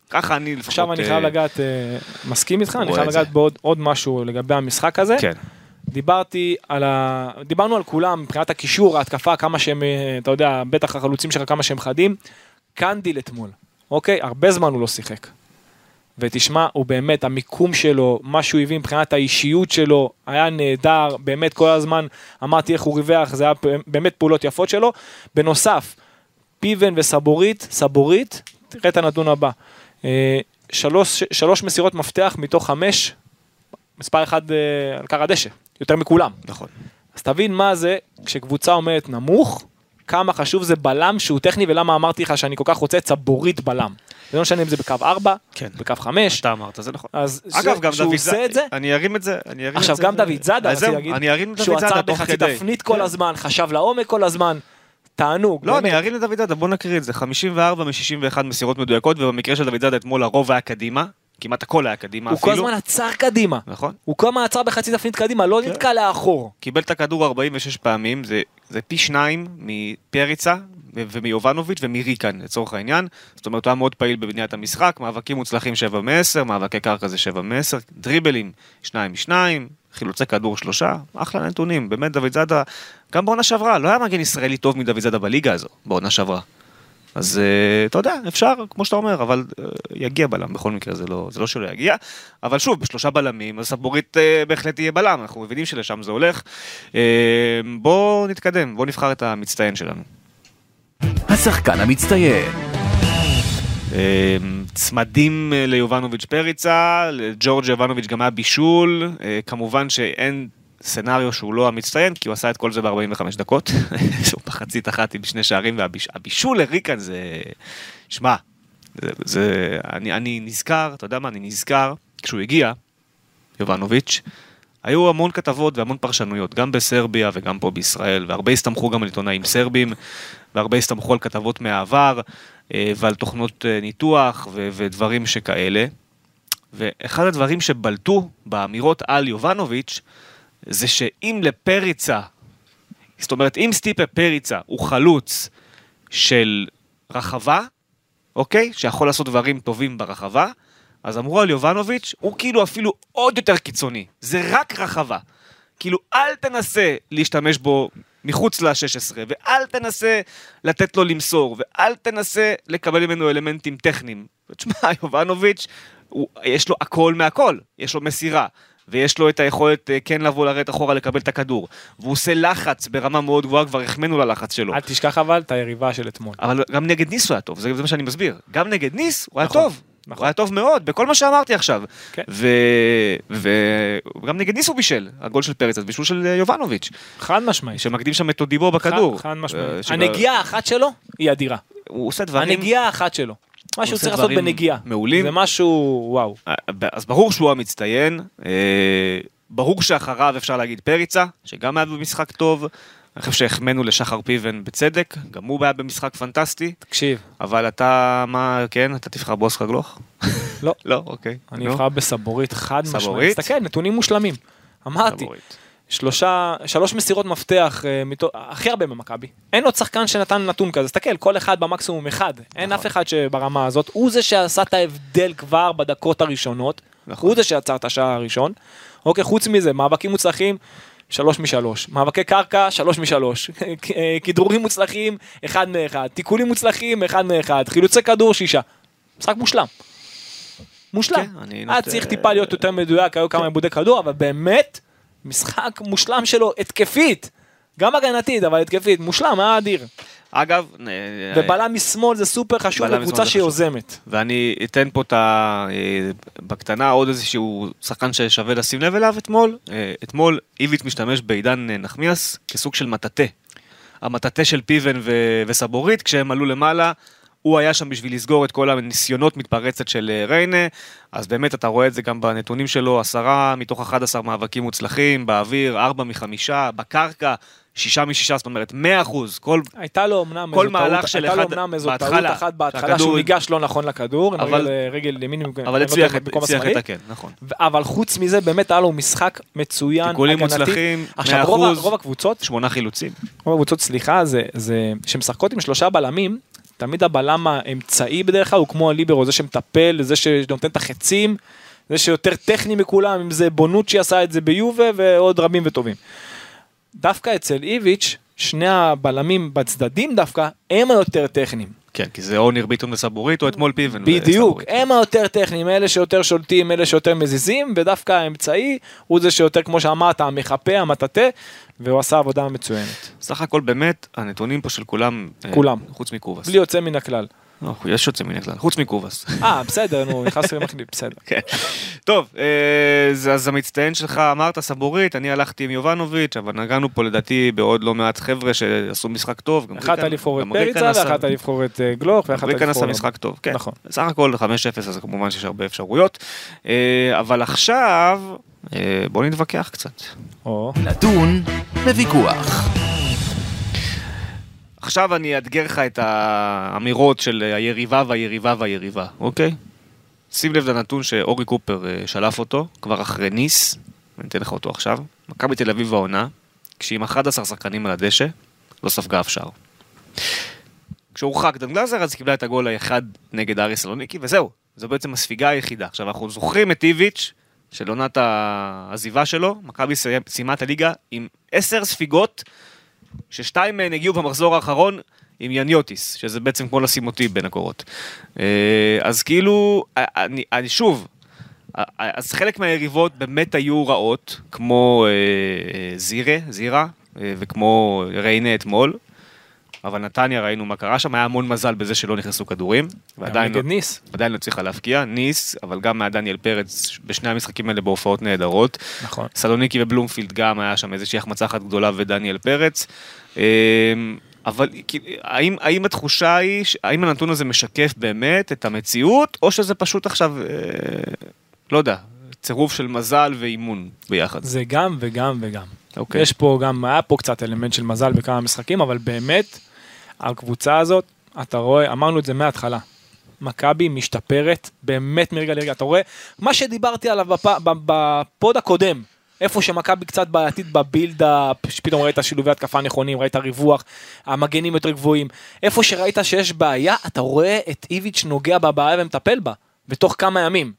ככה אני לפחות... עכשיו אני חייב לגעת, מסכים איתך, אני חייב לגעת בעוד משהו לגבי המשחק הזה. כן. דיברתי על ה... דיברנו על כולם, מבחינת הקישור, ההתקפה, כמה שהם, אתה יודע, בטח החלוצים שלך, כמה שהם חדים. קנדיל אתמול, אוקיי? הרבה זמן הוא לא שיחק. ותשמע, הוא באמת, המיקום שלו, מה שהוא הביא מבחינת האישיות שלו, היה נהדר, באמת כל הזמן אמרתי איך הוא ריווח, זה היה באמת פעולות יפות שלו. בנוסף, פיבן וסבורית, סבורית, תראה את הנתון הבא, שלוש, שלוש מסירות מפתח מתוך חמש, מספר אחד על קר הדשא, יותר מכולם. נכון. אז תבין מה זה, כשקבוצה עומדת נמוך, כמה חשוב זה בלם שהוא טכני, ולמה אמרתי לך שאני כל כך רוצה את סבורית בלם. זה לא משנה אם זה בקו ארבע, כן. בקו חמש. אתה אמרת, זה נכון. אז אגב, גם דוד זאדה, זאדה, אני ארים את זה, אני ארים עכשיו את זה. גם דוד זאדה, אני ארים את דוד שהוא זאדה עצר תוך בחצי כדי. תפנית כל הזמן, חשב לעומק כל הזמן, תענוג. לא, אני ארים לדוד זאדה, בוא נקריא את זה, חמישים וארבע מ-שישים ואחת מסירות מדויקות, ובמקרה של דוד זאדה אתמול הרוב היה קדימה, כמעט הכל היה קדימה אפילו. הוא כל הזמן עצר קדימה. נכון. הוא כל הזמן עצר בחצי תפנית קדימה, לא נתקע לאחור. קיבל את הכדור ארבעים ושש פעמים, זה, זה פי שניים מפריצה ומיובנוביץ' ומריקן לצורך העניין. זאת אומרת, הוא היה מאוד פעיל בבניית המשחק, מאבקים מוצלחים שבע מעשר, מאבקי קרקע זה שבע מעשר, דריבלים שניים משניים, חילוצי כדור שלושה, אחלה נתונים. באמת דוד זאדה, גם בעונה שעברה, לא היה מגן ישראלי טוב מדוד זאדה בליגה הזו, בעונה שעברה. אז אתה יודע, אפשר, כמו שאתה אומר, אבל יגיע בלם, בכל מקרה זה לא, זה לא שלא יגיע, אבל שוב, בשלושה בלמים, אז סבורית בהחלט יהיה בלם, אנחנו מבינים שלשם זה הולך. בואו נתקדם, בואו נבחר את המצטיין שלנו. השחקן המצטיין. צמדים ליובנוביץ' פריצה, לג'ורג' יובנוביץ' גם היה בישול, כמובן שאין סנריו שהוא לא המצטיין, כי הוא עשה את כל זה ב-ארבעים וחמש דקות, שהוא בחצית אחת עם שני שערים, והבישול לריקן זה, שמע, זה, זה, אני, אני נזכר, אתה יודע מה, אני נזכר, כשהוא הגיע, יובנוביץ', היו המון כתבות והמון פרשנויות, גם בסרביה וגם פה בישראל, והרבה הסתמכו גם על עיתונאים סרבים, והרבה הסתמכו על כתבות מהעבר, ועל תוכנות ניתוח ו- ודברים שכאלה, ואחד הדברים שבלטו באמירות על יובנוביץ', זה שאם לפריצה, זאת אומרת, אם סטיפה פריצה הוא חלוץ של רחבה, אוקיי? שיכול לעשות דברים טובים ברחבה, אז אמרו על יובנוביץ', הוא כאילו אפילו עוד יותר קיצוני. זה רק רחבה. כאילו, אל תנסה להשתמש בו מחוץ ל-שש עשרה, ואל תנסה לתת לו למסור, ואל תנסה לקבל ממנו אלמנטים טכניים. ותשמע, יובנוביץ', הוא, יש לו הכל מהכל. יש לו מסירה. ויש לו את היכולת כן לבוא לרדת אחורה לקבל את הכדור, והוא עושה לחץ ברמה מאוד גבוהה, כבר החמנו ללחץ שלו. אל תשכח אבל את היריבה של אתמול. אבל גם נגד ניס הוא היה טוב, זה, זה מה שאני מסביר. גם נגד ניס הוא היה נכון, טוב, נכון. הוא היה טוב מאוד, בכל מה שאמרתי עכשיו. כן. וגם נגד ניס הוא בישל, הגול של פרץ, בישול של יובנוביץ'. חד משמעי. שמקדים שם את דיבו בכדור. חד, חד משמעי. הנגיעה האחת שלו היא אדירה. הוא עושה דברים... הנגיעה האחת שלו. מה שהוא צריך לעשות בנגיעה. מעולים. זה משהו, וואו. אז ברור שהוא המצטיין, ברור שאחריו אפשר להגיד פריצה, שגם היה במשחק טוב, אני חושב שהחמנו לשחר פיבן בצדק, גם הוא היה במשחק פנטסטי. תקשיב. אבל אתה, מה, כן, אתה תבחר בוסקה גלוך? לא. לא, אוקיי. אני אבחר בסבורית חד משמעית. תסתכל, נתונים מושלמים. אמרתי. שלושה, שלוש מסירות מפתח, הכי הרבה במכבי. אין עוד שחקן שנתן נתון כזה. תסתכל, כל אחד במקסימום אחד. אין אף אחד שברמה הזאת. הוא זה שעשה את ההבדל כבר בדקות הראשונות. הוא זה שעצר את השעה הראשון. אוקיי, חוץ מזה, מאבקים מוצלחים, שלוש משלוש. מאבקי קרקע, שלוש משלוש. כדרורים מוצלחים, אחד מאחד. תיקולים מוצלחים, אחד מאחד. חילוצי כדור, שישה. משחק מושלם. מושלם. היה צריך טיפה להיות יותר מדויק, היו כמה עיבודי כדור, אבל באמת משחק מושלם שלו, התקפית, גם הגנתית, אבל התקפית, מושלם, היה אדיר. אגב, ובלם משמאל זה סופר חשוב לקבוצה שיוזמת. ואני אתן פה את ה... בקטנה עוד איזשהו שחקן ששווה לשים לב אליו אתמול. אתמול איביץ' משתמש בעידן נחמיאס כסוג של מטאטה. המטאטה של פיבן וסבורית, כשהם עלו למעלה, הוא היה שם בשביל לסגור את כל הניסיונות מתפרצת של ריינה, אז באמת אתה רואה את זה גם בנתונים שלו, עשרה מתוך אחד עשר מאבקים מוצלחים, באוויר, ארבע מחמישה, בקרקע, שישה משישה, זאת אומרת, מאה אחוז, כל, הייתה לו אמנם כל מהלך של אחד בהתחלה, אחת בהתחלה שהוא ניגש לא נכון לכדור, אבל, רגל ימין, אבל הצליח את הכן, נכון. אבל חוץ מזה, באמת היה לו משחק מצוין, תיקולים מוצלחים, מאה אחוז, רוב הקבוצות, שמונה חילוצים. רוב הקבוצות, סליחה, זה, שמשחקות עם שלושה בלמים, תמיד הבלם האמצעי בדרך כלל הוא כמו הליברו, זה שמטפל, זה שנותן את החצים, זה שיותר טכני מכולם, אם זה בונוצ'י עשה את זה ביובה, ועוד רבים וטובים. דווקא אצל איביץ', שני הבלמים בצדדים דווקא, הם היותר טכניים. כן, כי זה או ניר ביטון וסבורית, או אתמול פיבן. בדיוק, הם היותר טכניים, אלה שיותר שולטים, אלה שיותר מזיזים, ודווקא האמצעי הוא זה שיותר, כמו שאמרת, המחפה, המטאטה, והוא עשה עבודה מצוינת. סך הכל באמת, הנתונים פה של כולם, כולם. חוץ מקובס. בלי יוצא מן הכלל. לא, יש יוצא מן הכלל, חוץ מקובס. אה, בסדר, נו, נכנס למחליף, בסדר. כן. טוב, אז המצטיין שלך אמרת סבורית, אני הלכתי עם יובנוביץ', אבל נגענו פה לדעתי בעוד לא מעט חבר'ה שעשו משחק טוב. אחת לבחור את פריצה, ואחת לבחור את גלוך, ואחת לבחור... עשה משחק טוב, כן. נכון. סך הכל חמש אפס, אז כמובן שיש הרבה אפשרויות. אבל עכשיו, בואו נתווכח קצת. לדון בוויכוח. עכשיו אני אאתגר לך את האמירות של היריבה והיריבה והיריבה, אוקיי? שים לב לנתון שאורי קופר שלף אותו, כבר אחרי ניס, אני אתן לך אותו עכשיו, מכבי תל אביב העונה, כשעם אחד עשר שחקנים על הדשא, לא ספגה אף שער. כשהורחק דן גלזר, אז קיבלה את הגול האחד נגד אריס סלוניקי, וזהו, זו בעצם הספיגה היחידה. עכשיו אנחנו זוכרים את איביץ' של עונת העזיבה שלו, מכבי סיימה את הליגה עם עשר ספיגות, ששתיים מהן הגיעו במחזור האחרון עם יניוטיס, שזה בעצם כמו לשים אותי בין הקורות. אז כאילו, אני, אני שוב, אז חלק מהיריבות באמת היו רעות, כמו זירה, זירה, וכמו ריינה אתמול, אבל נתניה ראינו מה קרה שם, היה המון מזל בזה שלא נכנסו כדורים. גם נגד ניס. ועדיין לא צריכה להפקיע, ניס, אבל גם מהדניאל פרץ, בשני המשחקים האלה בהופעות נהדרות. נכון. סלוניקי ובלומפילד גם היה שם איזושהי החמצה אחת גדולה ודניאל פרץ. אבל האם, האם התחושה היא, האם הנתון הזה משקף באמת את המציאות, או שזה פשוט עכשיו, לא יודע, צירוף של מזל ואימון ביחד? זה גם וגם וגם. אוקיי. יש פה גם, היה פה קצת אלמנט של מזל בכמה משחקים, אבל באמת, הקבוצה הזאת, אתה רואה, אמרנו את זה מההתחלה, מכבי משתפרת באמת מרגע לרגע, אתה רואה, מה שדיברתי עליו בפ, בפוד הקודם, איפה שמכבי קצת בעייתית בבילדה, שפתאום ראית שילובי התקפה נכונים, ראית ריווח, המגנים יותר גבוהים, איפה שראית שיש בעיה, אתה רואה את איביץ' נוגע בבעיה ומטפל בה, בתוך כמה ימים.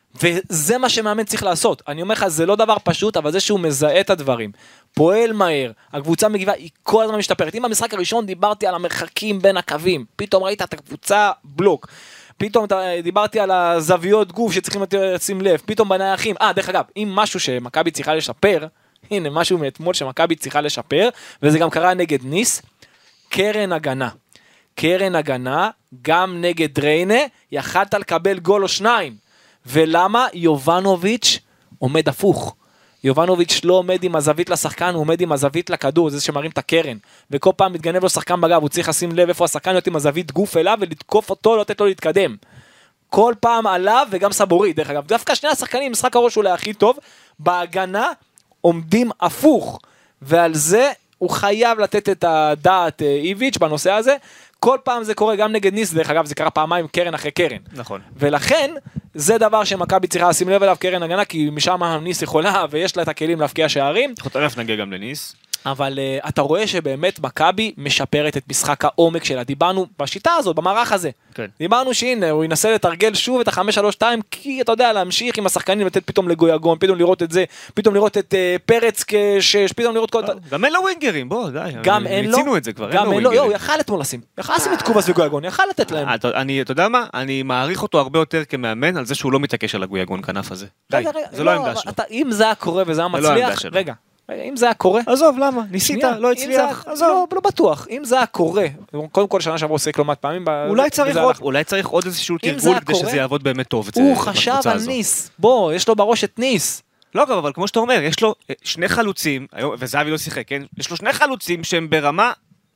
וזה מה שמאמן צריך לעשות. אני אומר לך, זה לא דבר פשוט, אבל זה שהוא מזהה את הדברים. פועל מהר, הקבוצה מגיבה, היא כל הזמן משתפרת. אם במשחק הראשון דיברתי על המרחקים בין הקווים, פתאום ראית את הקבוצה בלוק, פתאום דיברתי על הזוויות גוף שצריכים לשים לב, פתאום בנייחים. אה, דרך אגב, אם משהו שמכבי צריכה לשפר, הנה משהו מאתמול שמכבי צריכה לשפר, וזה גם קרה נגד ניס, קרן הגנה. קרן הגנה, גם נגד ריינה, יכלת לקבל גול או שניים. ולמה יובנוביץ' עומד הפוך? יובנוביץ' לא עומד עם הזווית לשחקן, הוא עומד עם הזווית לכדור, זה שמרים את הקרן. וכל פעם מתגנב לו שחקן בגב, הוא צריך לשים לב איפה השחקן להיות עם הזווית גוף אליו, ולתקוף אותו, לא לתת לו להתקדם. כל פעם עליו וגם סבורי, דרך אגב. דווקא שני השחקנים, משחק הראש אולי הכי טוב, בהגנה עומדים הפוך. ועל זה הוא חייב לתת את הדעת איביץ' בנושא הזה. כל פעם זה קורה גם נגד ניס, דרך אגב זה קרה פעמיים קרן אחרי קרן. נכון. ולכן זה דבר שמכבי צריכה לשים לב אליו קרן הגנה, כי משם ניס יכולה ויש לה את הכלים להפקיע שערים. תכף נגיע גם לניס. אבל uh, אתה רואה שבאמת מכבי משפרת את משחק העומק שלה. דיברנו בשיטה הזאת, במערך הזה. כן. דיברנו שהנה, הוא ינסה לתרגל שוב את ה-חמש שלוש שתיים, כי אתה יודע, להמשיך עם השחקנים, לתת פתאום לגויגון, פתאום לראות את זה, פתאום לראות את uh, פרץ כשש, פתאום לראות כל... גם אין לו ווינגרים, בוא, די. גם אין לו. הצינו את זה כבר, גם אין לו. הוא יכל אתמול לשים. יכל לשים את קובס וגויגון, יכל לתת להם. אני, אתה יודע מה? אני מעריך אותו הרבה יותר כמאמן על זה שהוא לא מתעקש על הגויגון כנף הזה. די, זה לא העמדה שלו. אם זה היה קורה וזה היה מצליח, רגע. אם זה היה קורה, עזוב, למה? ניסית, לא הצליח, עזוב. לא בטוח, אם זה היה קורה, קודם כל שנה שעברו עושה כלומת פעמים, אולי צריך עוד איזשהו תרגול כדי שזה יעבוד באמת טוב. הוא חשב על ניס, בוא, יש לו בראש את ניס. לא, אבל כמו שאתה אומר, יש לו שני חלוצים, וזהבי לא שיחק, כן? יש לו שני חלוצים שהם ברמה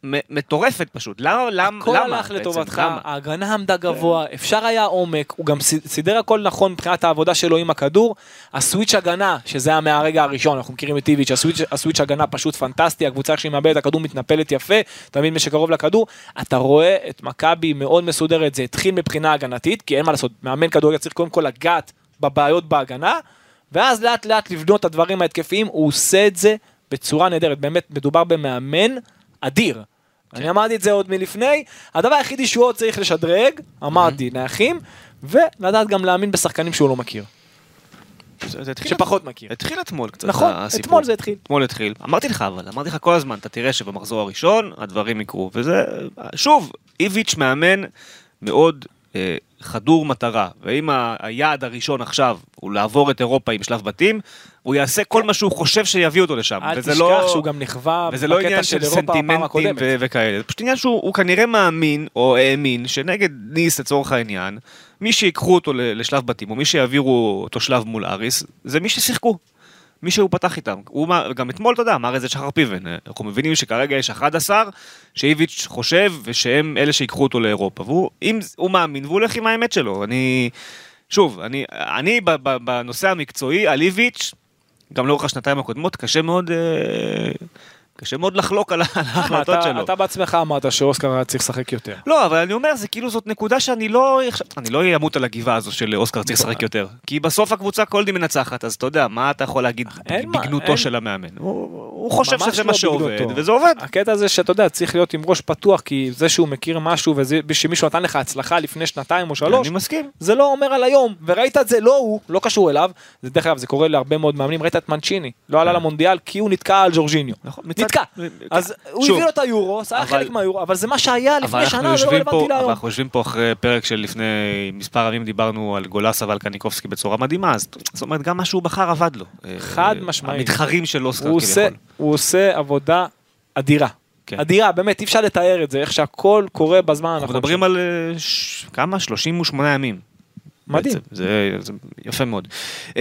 מטורפת פשוט. למה? למה? הכל הלך לטובתך, ההגנה עמדה גבוה, אפשר היה עומק, הוא גם סידר הכל נכון מבחינת העבודה שלו עם הכדור, הסוויץ' הגנה, שזה היה מהרגע הראשון, אנחנו מכירים את איביץ', הסוויץ' הגנה פשוט פנטסטי, הקבוצה כשהיא מאבדת, הכדור מתנפלת יפה, תמיד מי שקרוב לכדור, אתה רואה את מכבי מאוד מסודרת, זה התחיל מבחינה הגנתית, כי אין מה לעשות, מאמן כדורגל צריך קודם כל לגעת בבעיות בהגנה, ואז לאט לאט לבנות את הדברים ההתקפיים, הוא עושה את זה בצורה נהדרת, באמת מדובר במאמן אדיר, אני אמרתי את זה עוד מלפני, הדבר היחידי שהוא עוד צריך לשדרג, אמרתי, נייחים, ולדעת גם להאמין בשחקנים שהוא לא מכיר. שפחות מכיר. התחיל אתמול קצת. נכון, אתמול זה התחיל. אתמול התחיל. אמרתי לך, אבל אמרתי לך כל הזמן, אתה תראה שבמחזור הראשון הדברים יקרו, וזה, שוב, איביץ' מאמן מאוד אה, חדור מטרה, ואם היעד הראשון עכשיו הוא לעבור את אירופה עם שלב בתים, הוא יעשה כל מה שהוא חושב שיביא אותו לשם. אל תשכח לא, שהוא גם נכווה וזה לא עניין של סנטימנטים ו- וכאלה. פשוט עניין שהוא כנראה מאמין, או האמין, שנגד ניס לצורך העניין, מי שיקחו אותו לשלב בתים, או מי שיעבירו אותו שלב מול אריס, זה מי ששיחקו. מי שהוא פתח איתם. הוא, גם אתמול, אתה יודע, אמר את זה שחר פיבן. אנחנו מבינים שכרגע יש אחד עשר, שאיביץ' חושב, ושהם אלה שיקחו אותו לאירופה. והוא, אם הוא מאמין, והוא הולך עם האמת שלו. אני, שוב, אני, אני בנושא המקצועי, על איביץ', גם לאורך השנתיים הקודמות, קשה מאוד, קשה מאוד לחלוק על ההחלטות שלו. אתה בעצמך אמרת שאוסקר צריך לשחק יותר. לא, אבל אני אומר, זה כאילו זאת נקודה שאני לא, אני לא אמות על הגבעה הזו של אוסקר צריך לשחק יותר. כי בסוף הקבוצה קולדי מנצחת, אז אתה יודע, מה אתה יכול להגיד בגנותו של המאמן? הוא חושב שזה מה שעובד, וזה עובד. הקטע הזה שאתה יודע, צריך להיות עם ראש פתוח, כי זה שהוא מכיר משהו, ושמישהו נתן לך הצלחה לפני שנתיים או שלוש, אני מסכים. זה לא אומר על היום, וראית את זה, לא הוא, לא קשור אליו, זה דרך אגב, זה קורה להרבה מאוד מאמנים, ראית את מנצ'יני, לא עלה למונדיאל, כי הוא נתקע על ג'ורג'יניו. נתקע. אז הוא הביא לו את היורו, זה היה חלק מהיורו, אבל זה מה שהיה לפני שנה, זה לא רלוונטי להיום. אבל אנחנו יושבים פה אחרי פרק של לפני מספר ימים, דיברנו על גולסה ועל קניקובסקי בצורה מדהימה, אז זאת אומרת, גם מה שהוא בחר עבד לו. חד משמעית. המתחרים של אוסקר כביכול. הוא עושה עבודה אדירה. אדירה, באמת, אי אפשר לתאר את זה, איך שהכל קורה בזמן הנכון. אנחנו מדברים על כמה? שלושים ושמונה ימים. מדהים. זה, זה יפה מאוד.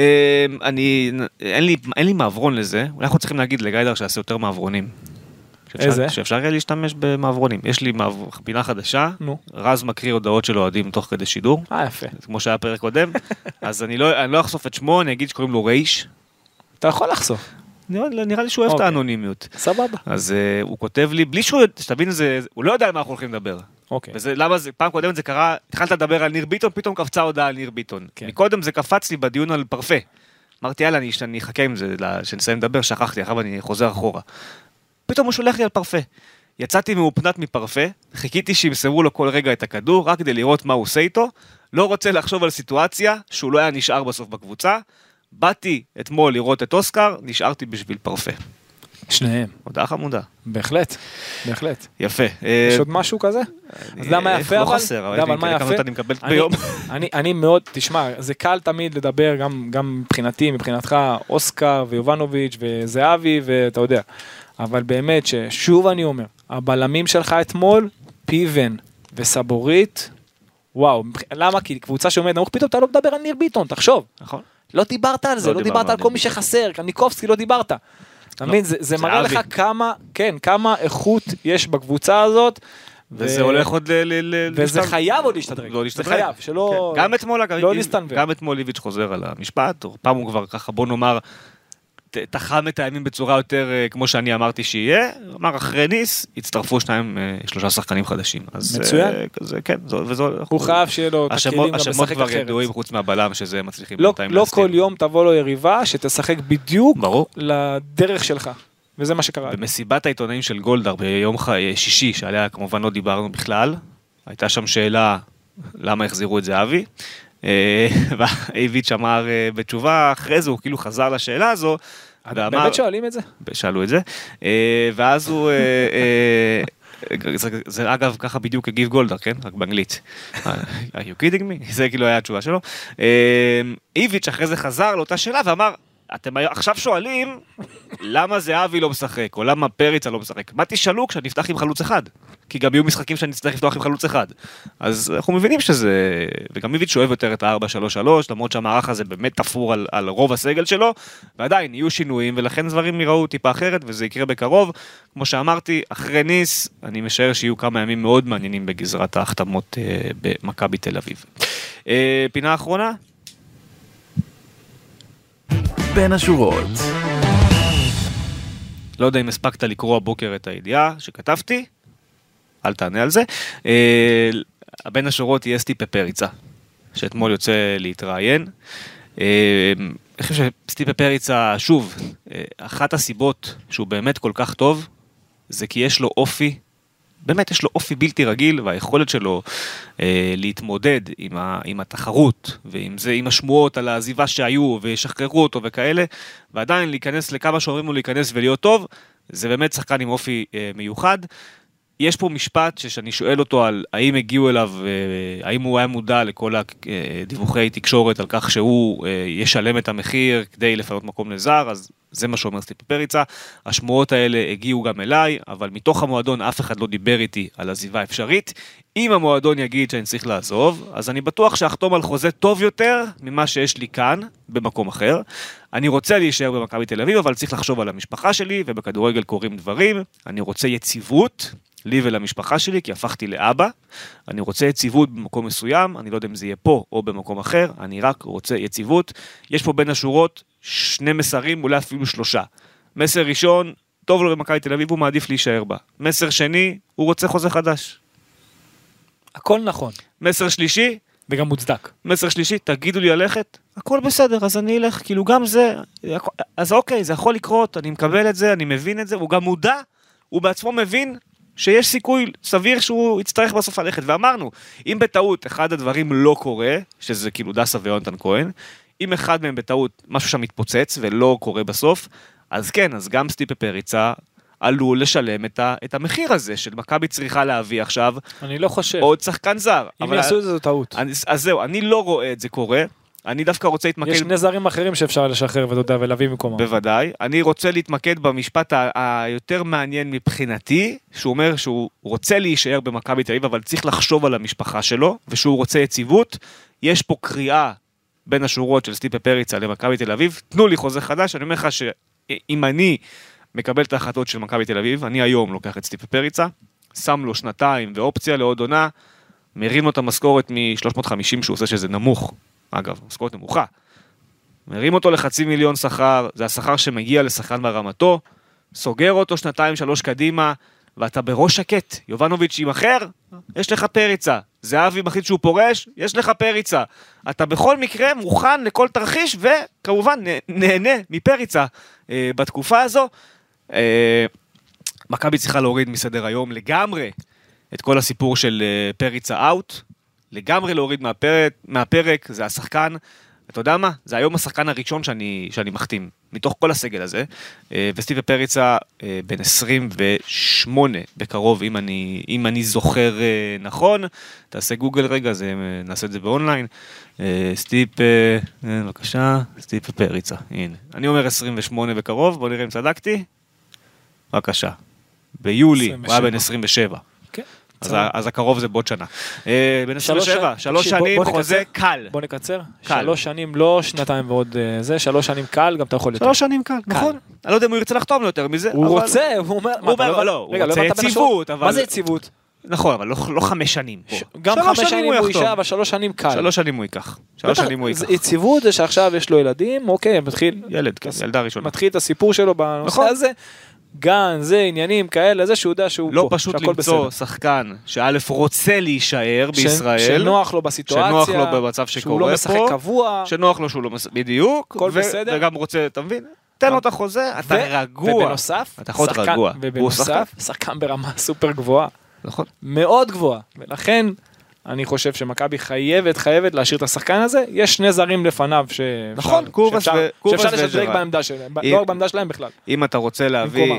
אני, אין לי, אין לי מעברון לזה, אולי אנחנו צריכים להגיד לגיידר שעשה יותר מעברונים. איזה? שאפשר יהיה להשתמש במעברונים. יש לי פינה חדשה, רז מקריא הודעות של אוהדים תוך כדי שידור. אה, יפה. כמו שהיה פרק קודם. אז אני לא, אני לא אחשוף את שמו, אני אגיד שקוראים לו רייש. אתה יכול לחשוף. נראה, נראה לי שהוא אוהב את האנונימיות. סבבה. אז uh, הוא כותב לי, בלי שהוא, שתבין, זה, הוא לא יודע על מה אנחנו הולכים לדבר. אוקיי. וזה, למה זה, פעם קודמת זה קרה, התחלת לדבר על ניר ביטון, פתאום קפצה הודעה על ניר ביטון. כן. מקודם זה קפץ לי בדיון על פרפה. אמרתי, יאללה, אני, אני אחכה עם זה, שנסיים לדבר, שכחתי, אחר אני חוזר אחורה. פתאום הוא שולח לי על פרפה. יצאתי מאופנת מפרפה, חיכיתי שימסרו לו כל רגע את הכדור, רק כדי לראות מה הוא עושה איתו, לא רוצה לחשוב על סיטואציה שהוא לא היה נשאר בסוף בקבוצה, באתי אתמול לראות את אוסקר, נשארתי בשביל פרפה. שניהם. הודעה חמודה. בהחלט, בהחלט. יפה. יש עוד משהו כזה? אז למה יפה אבל? לא חסר, אבל אני מקבלת ביום. אני מאוד, תשמע, זה קל תמיד לדבר, גם מבחינתי, מבחינתך, אוסקר ויובנוביץ' וזהבי, ואתה יודע. אבל באמת ששוב אני אומר, הבלמים שלך אתמול, פיבן וסבורית, וואו, למה? כי קבוצה שעומדת נמוך, פתאום אתה לא מדבר על ניר ביטון, תחשוב. נכון. לא דיברת על זה, לא דיברת על כל מי שחסר, קניקובסקי לא דיברת. אתה מבין, זה מראה לך כמה, כן, כמה איכות יש בקבוצה הזאת, וזה הולך עוד ל... וזה חייב עוד להשתדרג. זה חייב, שלא... גם אתמול, לא להסתנוור. גם אתמול ליביץ' חוזר על המשפט, או פעם הוא כבר ככה, בוא נאמר, תחם את הימים בצורה יותר כמו שאני אמרתי שיהיה, אמר אחרי ניס, הצטרפו שניים, שלושה שחקנים חדשים. מצוין. זה, כן, וזו... הוא חייב שיהיה לו את הכלים גם לשחק אחרת. השמות כבר ידועים חוץ מהבלם שזה מצליחים לא, לא כל יום תבוא לו יריבה שתשחק בדיוק לדרך שלך. וזה מה שקרה. במסיבת העיתונאים של גולדהר ביום שישי, שעליה כמובן לא דיברנו בכלל, הייתה שם שאלה למה החזירו את זה אבי. ואיביץ' אמר בתשובה, אחרי זה הוא כאילו חזר לשאלה הזו, באמת שואלים את זה? שאלו את זה, ואז הוא, זה אגב ככה בדיוק הגיב גולדהר, כן? רק באנגלית. are you kidding me? זה כאילו היה התשובה שלו. איביץ' אחרי זה חזר לאותה שאלה ואמר, אתם עכשיו שואלים למה זה אבי לא משחק, או למה פריצה לא משחק. מה תשאלו כשאני אפתח עם חלוץ אחד? כי גם יהיו משחקים שאני אצטרך לפתוח עם חלוץ אחד. אז אנחנו מבינים שזה, וגם איביץ' אוהב יותר את ה-ארבע שלוש שלוש, למרות שהמערך הזה באמת תפור על, על רוב הסגל שלו, ועדיין יהיו שינויים, ולכן דברים יראו טיפה אחרת, וזה יקרה בקרוב. כמו שאמרתי, אחרי ניס, אני משער שיהיו כמה ימים מאוד מעניינים בגזרת ההחתמות אה, במכבי תל אביב. אה, פינה האחרונה? בין השורות. לא יודע אם הספקת לקרוא הבוקר את הידיעה שכתבתי, אל תענה על זה. בין השורות היא סטיפה פריצה, שאתמול יוצא להתראיין. אני חושב שסטיפה פריצה, שוב, אחת הסיבות שהוא באמת כל כך טוב, זה כי יש לו אופי באמת יש לו אופי בלתי רגיל, והיכולת שלו אה, להתמודד עם, ה, עם התחרות, ועם זה, עם השמועות על העזיבה שהיו, וישחררו אותו וכאלה, ועדיין להיכנס לכמה שאומרים לו להיכנס ולהיות טוב, זה באמת שחקן עם אופי אה, מיוחד. יש פה משפט שאני שואל אותו על האם הגיעו אליו, האם הוא היה מודע לכל הדיווחי תקשורת על כך שהוא ישלם את המחיר כדי לפנות מקום לזר, אז זה מה שאומר סטיפה פריצה. השמועות האלה הגיעו גם אליי, אבל מתוך המועדון אף אחד לא דיבר איתי על עזיבה אפשרית. אם המועדון יגיד שאני צריך לעזוב, אז אני בטוח שאחתום על חוזה טוב יותר ממה שיש לי כאן, במקום אחר. אני רוצה להישאר במכבי תל אביב, אבל צריך לחשוב על המשפחה שלי, ובכדורגל קורים דברים. אני רוצה יציבות לי ולמשפחה שלי, כי הפכתי לאבא. אני רוצה יציבות במקום מסוים, אני לא יודע אם זה יהיה פה או במקום אחר, אני רק רוצה יציבות. יש פה בין השורות שני מסרים, אולי אפילו שלושה. מסר ראשון, טוב לו במכבי תל אביב, הוא מעדיף להישאר בה. מסר שני, הוא רוצה חוזה חדש. הכל נכון. מסר שלישי, וגם מוצדק. מסר שלישי, תגידו לי ללכת, הכל בסדר, אז אני אלך, כאילו גם זה, אז אוקיי, זה יכול לקרות, אני מקבל את זה, אני מבין את זה, הוא גם מודע, הוא בעצמו מבין שיש סיכוי סביר שהוא יצטרך בסוף ללכת, ואמרנו, אם בטעות אחד הדברים לא קורה, שזה כאילו דסה ויונתן כהן, אם אחד מהם בטעות משהו שם מתפוצץ ולא קורה בסוף, אז כן, אז גם סטיפה פריצה עלול לשלם את, ה, את המחיר הזה, של מכבי צריכה להביא עכשיו, אני לא חושב. עוד שחקן זר. אם יעשו את זה, זו טעות. אני, אז זהו, אני לא רואה את זה קורה, אני דווקא רוצה להתמקד... יש שני זרים אחרים שאפשר לשחרר ודודה ולהביא מקומו. בוודאי. אני רוצה להתמקד במשפט ה- היותר מעניין מבחינתי, שהוא אומר שהוא רוצה להישאר במכבי תל אביב, אבל צריך לחשוב על המשפחה שלו, ושהוא רוצה יציבות. יש פה קריאה בין השורות של סטיפה פריצה למכבי תל אביב. תנו לי חוזה חדש, אני אומר לך שאם אני מקבל את ההחלטות של מכבי תל אביב, אני היום לוקח את סטיפה פריצה, שם לו שנתיים ואופציה לעוד עונה, מרים לו את המשכורת מ-שלוש מאות וחמישים שהוא עושה שזה נמוך. אגב, משכורת נמוכה. מרים אותו לחצי מיליון שכר, זה השכר שמגיע לשחקן ברמתו, סוגר אותו שנתיים, שלוש קדימה, ואתה בראש שקט. יובנוביץ' עם אחר, יש לך פריצה. זהבי מחליט שהוא פורש, יש לך פריצה. אתה בכל מקרה מוכן לכל תרחיש, וכמובן נהנה מפריצה אה, בתקופה הזו. אה, מכבי צריכה להוריד מסדר היום לגמרי את כל הסיפור של אה, פריצה אאוט, לגמרי להוריד מהפרק, מהפרק, זה השחקן, אתה יודע מה? זה היום השחקן הראשון שאני, שאני מחתים, מתוך כל הסגל הזה, וסטיבה פריצה בן עשרים ושמונה בקרוב, אם אני, אם אני זוכר נכון, תעשה גוגל רגע, זה, נעשה את זה באונליין, סטיפה, בבקשה, סטיפה פריצה, הנה, אני אומר עשרים ושמונה בקרוב, בוא נראה אם צדקתי, בבקשה, ביולי, הוא היה בן עשרים ושבע. כן. אז, אז הקרוב זה בעוד שנה. בין עשרים ושבע, שלוש שנים, חוזה קל. בוא נקצר. שלוש שנים, לא שנתיים ועוד זה, שלוש שנים קל, גם אתה יכול יותר. שלוש שנים קל, נכון. אני לא יודע אם הוא ירצה לחתום יותר מזה. הוא רוצה, הוא אומר, לא, הוא רוצה יציבות. מה זה יציבות? נכון, אבל לא חמש שנים. גם חמש שנים הוא יישאר, אבל שלוש שנים קל. שלוש שנים הוא ייקח. שלוש שנים הוא ייקח. יציבות זה שעכשיו יש לו ילדים, אוקיי, מתחיל. ילד, ילדה ראשונה. מתחיל את הסיפור שלו בנושא הזה. גן, זה, עניינים כאלה, זה שהוא יודע שהוא לא פה. לא פשוט למצוא שחקן שא' רוצה להישאר בישראל. שנוח לו בסיטואציה. שנוח לו במצב שקורה פה. שהוא לא משחק קבוע. שנוח לו שהוא לא משחק, בדיוק. הכל בסדר. וגם רוצה, אתה מבין? תן לו את החוזה, אתה רגוע. ובנוסף, אתה יכול להיות רגוע. ובנוסף, שחקן ברמה סופר גבוהה. נכון. מאוד גבוהה. ולכן, אני חושב שמכבי חייבת, חייבת להשאיר את השחקן הזה. יש שני זרים לפניו ש... נכון, קובס וג'רלדש. שאפשר לשדרג בעמדה שלהם, לא רק בעמדה שלהם בכלל. אם אתה רוצה להביא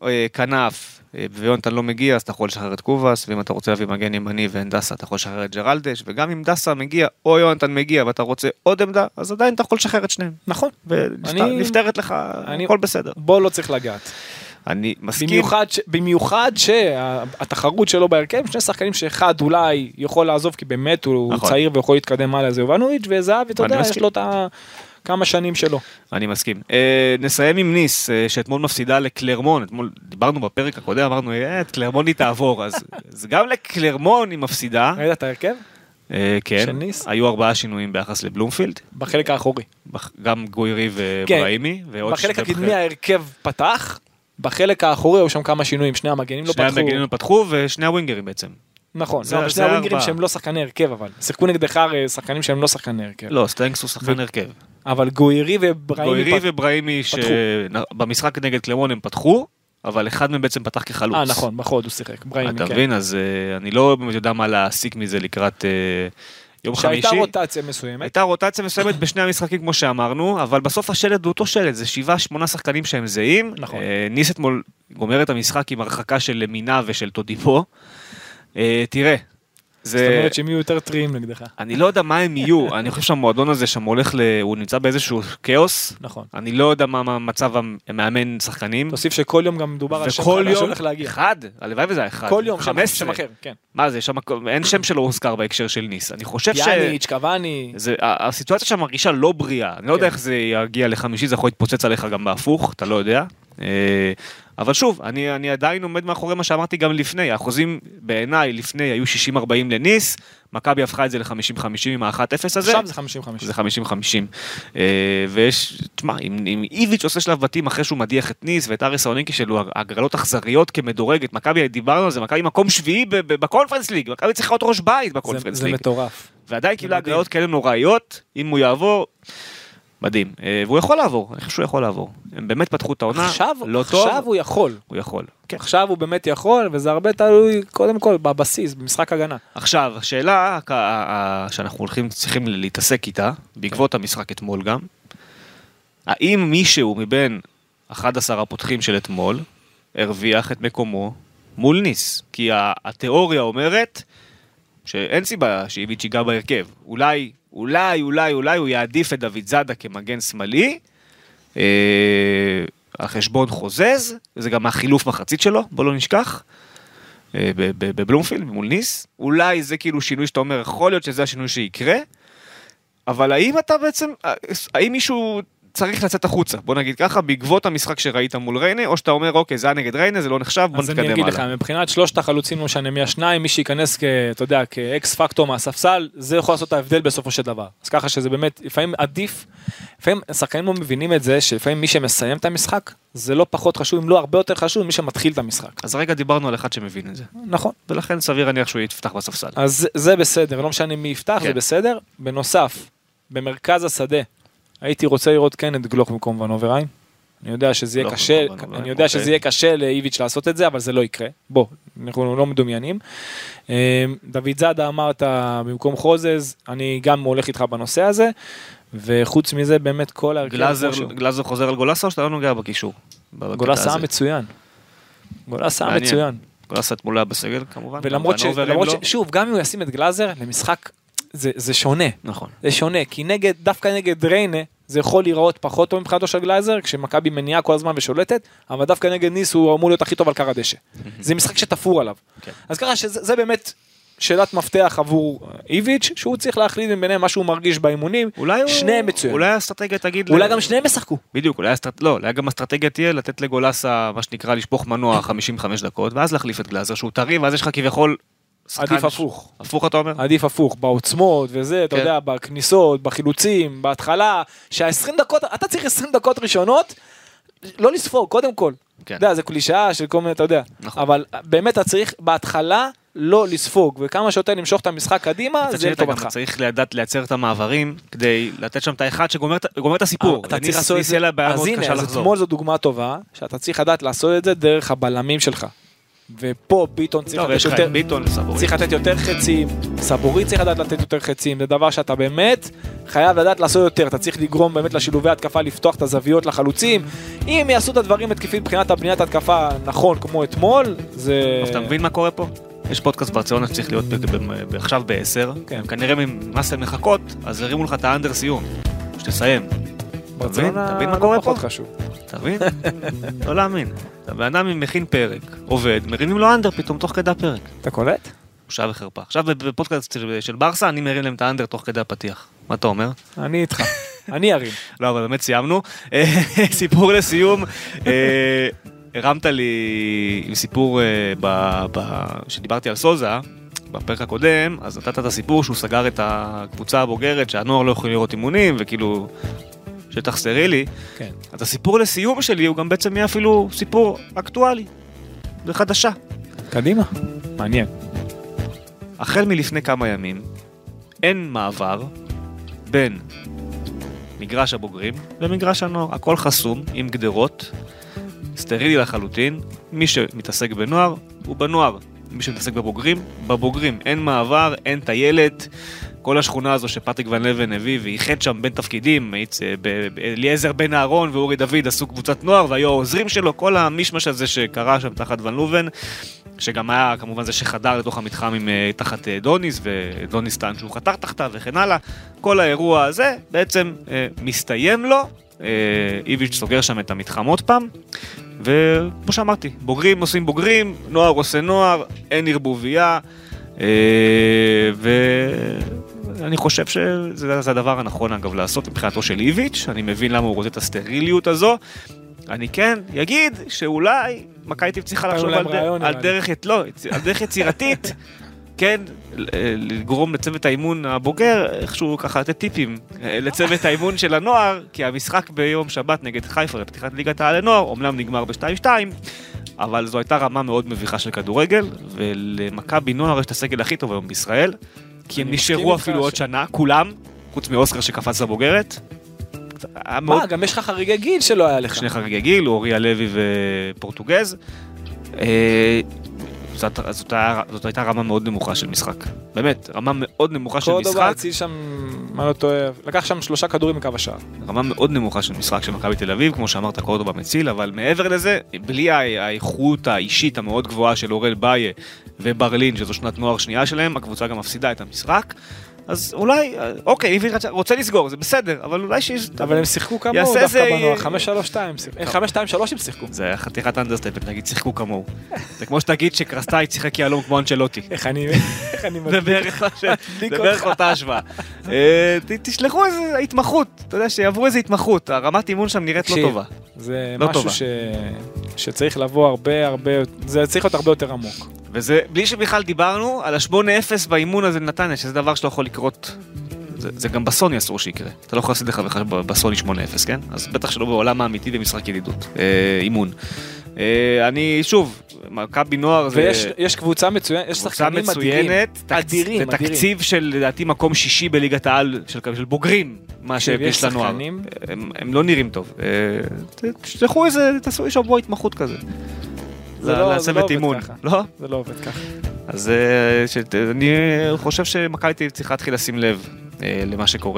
כנף, ויונתן לא מגיע, אז אתה יכול לשחרר את קובס, ואם אתה רוצה להביא מגן ימני ואין דסה, אתה יכול לשחרר את ג'רלדש, וגם אם דסה מגיע, או יונתן מגיע, ואתה רוצה עוד עמדה, אז עדיין אתה יכול לשחרר את שניהם. נכון. ונפטרת לך, הכל בסדר. בוא לא צריך לגעת. אני מסכים. במיוחד, במיוחד שהתחרות שלו בהרכב, שני שחקנים שאחד אולי יכול לעזוב, כי באמת הוא נכון. צעיר ויכול להתקדם הלאה, זה יובנוביץ' וזהב, ואתה יודע, יש לו את כמה שנים שלו. אני מסכים. אה, נסיים עם ניס, אה, שאתמול מפסידה לקלרמון, אתמול דיברנו בפרק הקודם, אמרנו, אה, את קלרמון היא תעבור, אז, אז גם לקלרמון היא מפסידה. ראית את ההרכב? אה, כן, היו ארבעה שינויים ביחס לבלומפילד. בחלק האחורי. גם גוירי ובראימי. כן, בחלק הקדמי ההרכב פתח, בחלק האחורי היו שם כמה שינויים, שני המגנים לא פתחו. שני המגנים לא פתחו ושני הווינגרים בעצם. נכון, זה, שני הווינגרים שהם לא שחקני הרכב, אבל שיחקו נגדך שחקנים שהם לא שחקני הרכב. לא, סטנקס הוא שחקן הרכב. אבל גוירי ובראימי גוירי ובראימי שבמשחק נגד קלרמון הם פתחו, אבל אחד מהם בעצם פתח כחלוץ. אה, נכון, בחוד הוא שיחק. אתה מבין, אז אני לא יודע מה להסיק מזה לקראת יום חמישי. שהייתה רוטציה מסוימת. הייתה רוטציה מסוימת בשני המשחקים, כמו שאמרנו, אבל בסוף השלד הוא אותו שלד, זה שבעה, שמונה שחקנים שהם זהים. נכון. ניס אתמול גומר את המשחק עם הרחקה של מינה ושל טודיפו. תראה, זאת אומרת שהם יהיו יותר טריים נגדך. אני לא יודע מה הם יהיו, אני חושב שהמועדון הזה שם הולך, הוא נמצא באיזשהו כאוס. נכון. אני לא יודע מה מצב המאמן שחקנים. תוסיף שכל יום גם מדובר על שם חדש שהולך להגיע. אחד, הלוואי וזה אחד. כל יום שם אחר, כן. מה זה, אין שם שלא הוזכר בהקשר של ניס. אני חושב ש... יאניץ', קוואני. הסיטואציה שם מרגישה לא בריאה. אני לא יודע איך זה יגיע לחמישי, זה יכול להתפוצץ עליך גם בהפוך, אתה לא יודע. אבל שוב, אני, אני עדיין עומד מאחורי מה שאמרתי גם לפני, האחוזים בעיניי לפני היו שישים ארבעים לניס, מכבי הפכה את זה ל-חמישים חמישים עם ה-אחת אפס הזה. עכשיו זה חמישים חמישים. זה חמישים חמישים. ויש, תשמע, אם, אם איביץ' עושה שלב בתים אחרי שהוא מדיח את ניס ואת אריס האוניקי שלו, הגרלות אכזריות כמדורגת, מכבי דיברנו על זה, מכבי מקום שביעי בקונפרנס ליג, מכבי צריכה להיות ראש בית בקונפרנס ליג. זה מטורף. ועדיין קיבלה הגרלות כאלה נוראיות, אם הוא יעבור... מדהים, והוא יכול לעבור, אני חושב שהוא יכול לעבור. הם באמת פתחו את העונה, לא טוב. עכשיו הוא יכול. הוא יכול. עכשיו הוא באמת יכול, וזה הרבה תלוי, קודם כל, בבסיס, במשחק הגנה. עכשיו, השאלה שאנחנו הולכים, צריכים להתעסק איתה, בעקבות המשחק אתמול גם, האם מישהו מבין אחד עשר הפותחים של אתמול, הרוויח את מקומו מול ניס? כי התיאוריה אומרת, שאין סיבה שאיביץ' ייגע בהרכב. אולי... אולי, אולי, אולי הוא יעדיף את דוד זאדה כמגן שמאלי, אה, על חשבון חוזז, זה גם החילוף מחצית שלו, בוא לא נשכח, אה, בבלומפילד, מול ניס, אולי זה כאילו שינוי שאתה אומר, יכול להיות שזה השינוי שיקרה, אבל האם אתה בעצם, האם מישהו צריך לצאת החוצה, בוא נגיד ככה, בעקבות המשחק שראית מול ריינה, או שאתה אומר, אוקיי, זה היה נגד ריינה, זה לא נחשב, בוא נתקדם הלאה. אז אני אגיד לך, מבחינת שלושת החלוצים, לא משנה מי השניים, מי שייכנס, אתה יודע, כאקס פקטור מהספסל, זה יכול לעשות את ההבדל בסופו של דבר. אז ככה שזה באמת, לפעמים עדיף, לפעמים השחקנים לא מבינים את זה, שלפעמים מי שמסיים את המשחק, זה לא פחות חשוב, אם לא הרבה יותר חשוב, מי שמתחיל את המשחק. אז רגע דיברנו על אחד שמבין את זה. נכון. ולכן סביר אני שהוא יפתח בספסל. אז זה בסדר, לא משנה מי יפתח, זה בסדר. בנוסף, במרכז השדה, הייתי רוצה לראות כן את גלוך במקום ונוברהיים. אני יודע שזה יהיה קשה, אני יודע שזה יהיה קשה לאיביץ' לעשות את זה, אבל זה לא יקרה. בוא, אנחנו לא מדומיינים. דוד זאדה אמרת במקום חוזז, אני גם הולך איתך בנושא הזה, וחוץ מזה באמת כל הרכב... גלאזר חוזר על גולסה או שאתה לא נוגע בקישור? גולסה היה מצוין. גולסה היה מצוין. גולסה תמולה בסגל כמובן. ולמרות ששוב, גם אם הוא ישים את גלאזר למשחק, זה שונה. נכון. זה שונה, כי דווקא נגד ריינה, זה יכול להיראות פחות טוב מבחינתו של גלייזר, כשמכבי מניעה כל הזמן ושולטת, אבל דווקא נגד ניס הוא אמור להיות הכי טוב על קר הדשא. זה משחק שתפור עליו. אז ככה שזה באמת שאלת מפתח עבור איביץ', שהוא צריך להחליט ביניהם מה שהוא מרגיש באימונים, שניהם מצוין. אולי האסטרטגיה תגיד... אולי גם שניהם משחקו. בדיוק, אולי גם האסטרטגיה תהיה לתת לגולסה, מה שנקרא, לשפוך מנוע חמישים וחמש דקות, ואז להחליף את גלייזר שהוא טרי, ואז יש לך כביכול עדיף הפוך. הפוך אתה אומר? עדיף הפוך, בעוצמות וזה, אתה יודע, בכניסות, בחילוצים, בהתחלה, שה-עשרים דקות, אתה צריך עשרים דקות ראשונות, לא לספור, קודם כל. אתה יודע, זה קלישאה של כל מיני, אתה יודע. אבל באמת אתה צריך בהתחלה לא לספוג, וכמה שיותר למשוך את המשחק קדימה, זה לטובתך. אתה צריך לדעת לייצר את המעברים, כדי לתת שם את האחד שגומר את הסיפור. אתה צריך לעשות את זה, אז הנה, אז אתמול זו דוגמה טובה, שאתה צריך לדעת לעשות את זה דרך הבלמים שלך. ופה ביטון צריך לתת יותר, ביטון, צריך לתת יותר חצים, סבורי צריך לדעת לתת יותר חצים, זה דבר שאתה באמת חייב לדעת לעשות יותר, אתה צריך לגרום באמת לשילובי התקפה, לפתוח את הזוויות לחלוצים, אם יעשו את הדברים התקפית מבחינת הבניית התקפה נכון כמו אתמול, זה... אתה מבין מה קורה פה? יש פודקאסט ברצלונה שצריך להיות עכשיו בעשר, כנראה ממסה מחכות, אז הרימו לך את האנדר סיום, שתסיים. תבין מה קורה פה? תבין? לא להאמין. הבן אדם מכין פרק, עובד, מרימים לו אנדר פתאום תוך כדי הפרק. אתה קולט? בושה וחרפה. עכשיו בפודקאסט של ברסה, אני מרים להם את האנדר תוך כדי הפתיח. מה אתה אומר? אני איתך. אני ארים. לא, אבל באמת סיימנו. סיפור לסיום. הרמת לי עם סיפור שדיברתי על סוזה, בפרק הקודם, אז נתת את הסיפור שהוא סגר את הקבוצה הבוגרת, שהנוער לא יכול לראות אימונים, וכאילו... שטח סטרילי, כן. אז הסיפור לסיום שלי הוא גם בעצם יהיה אפילו סיפור אקטואלי, וחדשה. קדימה, מעניין. החל מלפני כמה ימים, אין מעבר בין מגרש הבוגרים למגרש הנוער, הכל חסום עם גדרות, סטרילי לחלוטין, מי שמתעסק בנוער הוא בנוער, מי שמתעסק בבוגרים, בבוגרים, אין מעבר, אין טיילת, כל השכונה הזו שפטריק ון לבן הביא וייחד שם בין תפקידים, אליעזר בן אהרון ואורי דוד עשו קבוצת נוער והיו העוזרים שלו, כל המשמש הזה שקרה שם תחת ון לובן, שגם היה כמובן זה שחדר לתוך המתחם עם תחת דוניס, ודוניס טען שהוא חתר תחתה וכן הלאה, כל האירוע הזה בעצם אה, מסתיים לו, אה, איביץ' סוגר שם את המתחם עוד פעם, וכמו שאמרתי, בוגרים עושים בוגרים, נוער עושה נוער, אין ערבוביה, אה, ואני חושב שזה הדבר הנכון אגב לעשות מבחינתו של איביץ', אני מבין למה הוא רוצה את הסטריליות הזו, אני כן אגיד שאולי מכבי תל אביב צריכה לחשוב על, ד... על, דרך... לא, על דרך יצירתית, כן, לגרום לצוות האימון הבוגר, איכשהו ככה לתת טיפים לצוות האימון של הנוער, כי המשחק ביום שבת נגד חיפה לפתיחת ליגת העל לנוער, אומנם נגמר ב-שתיים שתיים, אבל זו הייתה רמה מאוד מביכה של כדורגל, ולמכבי נוער יש את הסגל הכי טוב היום בישראל, כי הם נשארו אפילו עוד שנה, כולם, חוץ מאוסקר שקפץ לבוגרת. מה, גם יש לך חריגי גיל שלא היה לך. שני חריגי גיל, אוריה לוי ופורטוגז. זאת, זאת, זאת הייתה רמה מאוד נמוכה של משחק. באמת, רמה מאוד נמוכה של משחק. קורדובה הציל שם, מה לא טועה, לקח שם שלושה כדורים מקו השער. רמה מאוד נמוכה של משחק של מכבי תל אביב, כמו שאמרת, קורדובה מציל, אבל מעבר לזה, בלי האיכות האישית המאוד גבוהה של אורל באיה וברלין, שזו שנת נוער שנייה שלהם, הקבוצה גם מפסידה את המשחק. אז אולי, אוקיי, איביץ' רוצה לסגור, זה בסדר, אבל אולי שיש... אבל הם שיחקו כמוהו דווקא בנוער, חמש שלוש שתיים, חמש שתיים שלוש הם שיחקו. זה היה חתיכת אנדרסטייטמנט, נגיד, שיחקו כמוהו. זה כמו שתגיד שקרסטייץ' שיחק יהלום כמו אנצ'לוטי. איך אני... זה בערך אותה השוואה. תשלחו איזו התמחות, אתה יודע, שיעברו איזו התמחות, הרמת אימון שם נראית לא טובה. זה משהו שצריך לבוא הרבה, הרבה, זה צריך להיות הרבה יותר עמוק. וזה, בלי שבכלל דיברנו על ה-שמונה אפס באימון הזה לנתניה, שזה דבר שלא יכול לקרות, זה, זה גם בסוני אסור שיקרה. אתה לא יכול לעשות לך בסוני שמונה אפס, כן? אז בטח שלא בעולם האמיתי במשחק ידידות, אה, אימון. אה, אני, שוב, מכבי נוער זה... ויש יש קבוצה מצוינת, יש שחקנים מצוינת, אדירים, זה תקציב של, לדעתי, מקום שישי בליגת העל של, של בוגרים, מה שיש לנוער. הם, הם לא נראים טוב. אה, תשלחו איזה, תעשו שבוע התמחות כזה. לצוות אימון. לא? זה לא עובד ככה. אז אני חושב שמכבי תל אביב צריכה להתחיל לשים לב למה שקורה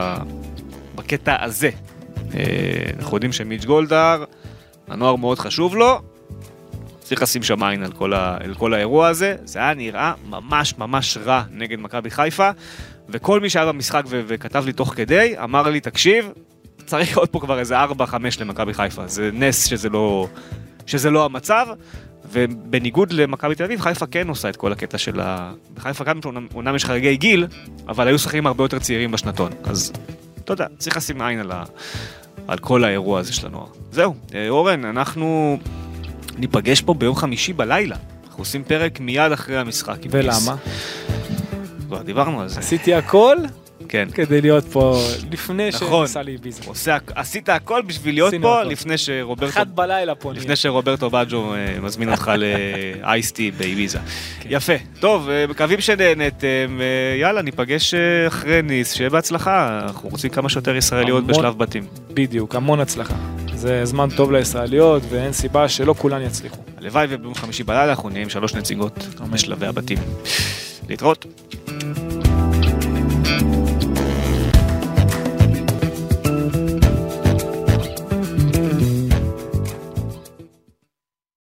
בקטע הזה. אנחנו יודעים שמיץ' גולדהר, הנוער מאוד חשוב לו, צריך לשים שם עין על כל האירוע הזה. זה היה נראה ממש ממש רע נגד מכבי חיפה, וכל מי שהיה במשחק וכתב לי תוך כדי, אמר לי, תקשיב, צריך עוד פה כבר איזה ארבע חמש למכבי חיפה. זה נס שזה לא... שזה לא המצב, ובניגוד למכבי תל אביב, חיפה כן עושה את כל הקטע של ה... בחיפה גם אומנם יש חריגי גיל, אבל היו שחקנים הרבה יותר צעירים בשנתון. אז, אתה יודע, צריך לשים עין על, ה... על כל האירוע הזה של הנוער. זהו, אורן, אנחנו ניפגש פה ביום חמישי בלילה. אנחנו עושים פרק מיד אחרי המשחק. ולמה? כבר דיברנו על זה. עשיתי הכל? כן. כדי להיות פה לפני שניסה לאביזה. עשית הכל בשביל להיות פה לפני שרוברטו... אחד בלילה פה. לפני שרוברטו בג'ו מזמין אותך לאייסטי באביזה. יפה. טוב, מקווים שנהנתם. יאללה, ניפגש אחרי ניס. שיהיה בהצלחה. אנחנו רוצים כמה שיותר ישראליות בשלב בתים. בדיוק, המון הצלחה. זה זמן טוב לישראליות, ואין סיבה שלא כולן יצליחו. הלוואי וביום חמישי בלילה אנחנו נהיה עם שלוש נציגות בשלבי הבתים. להתראות.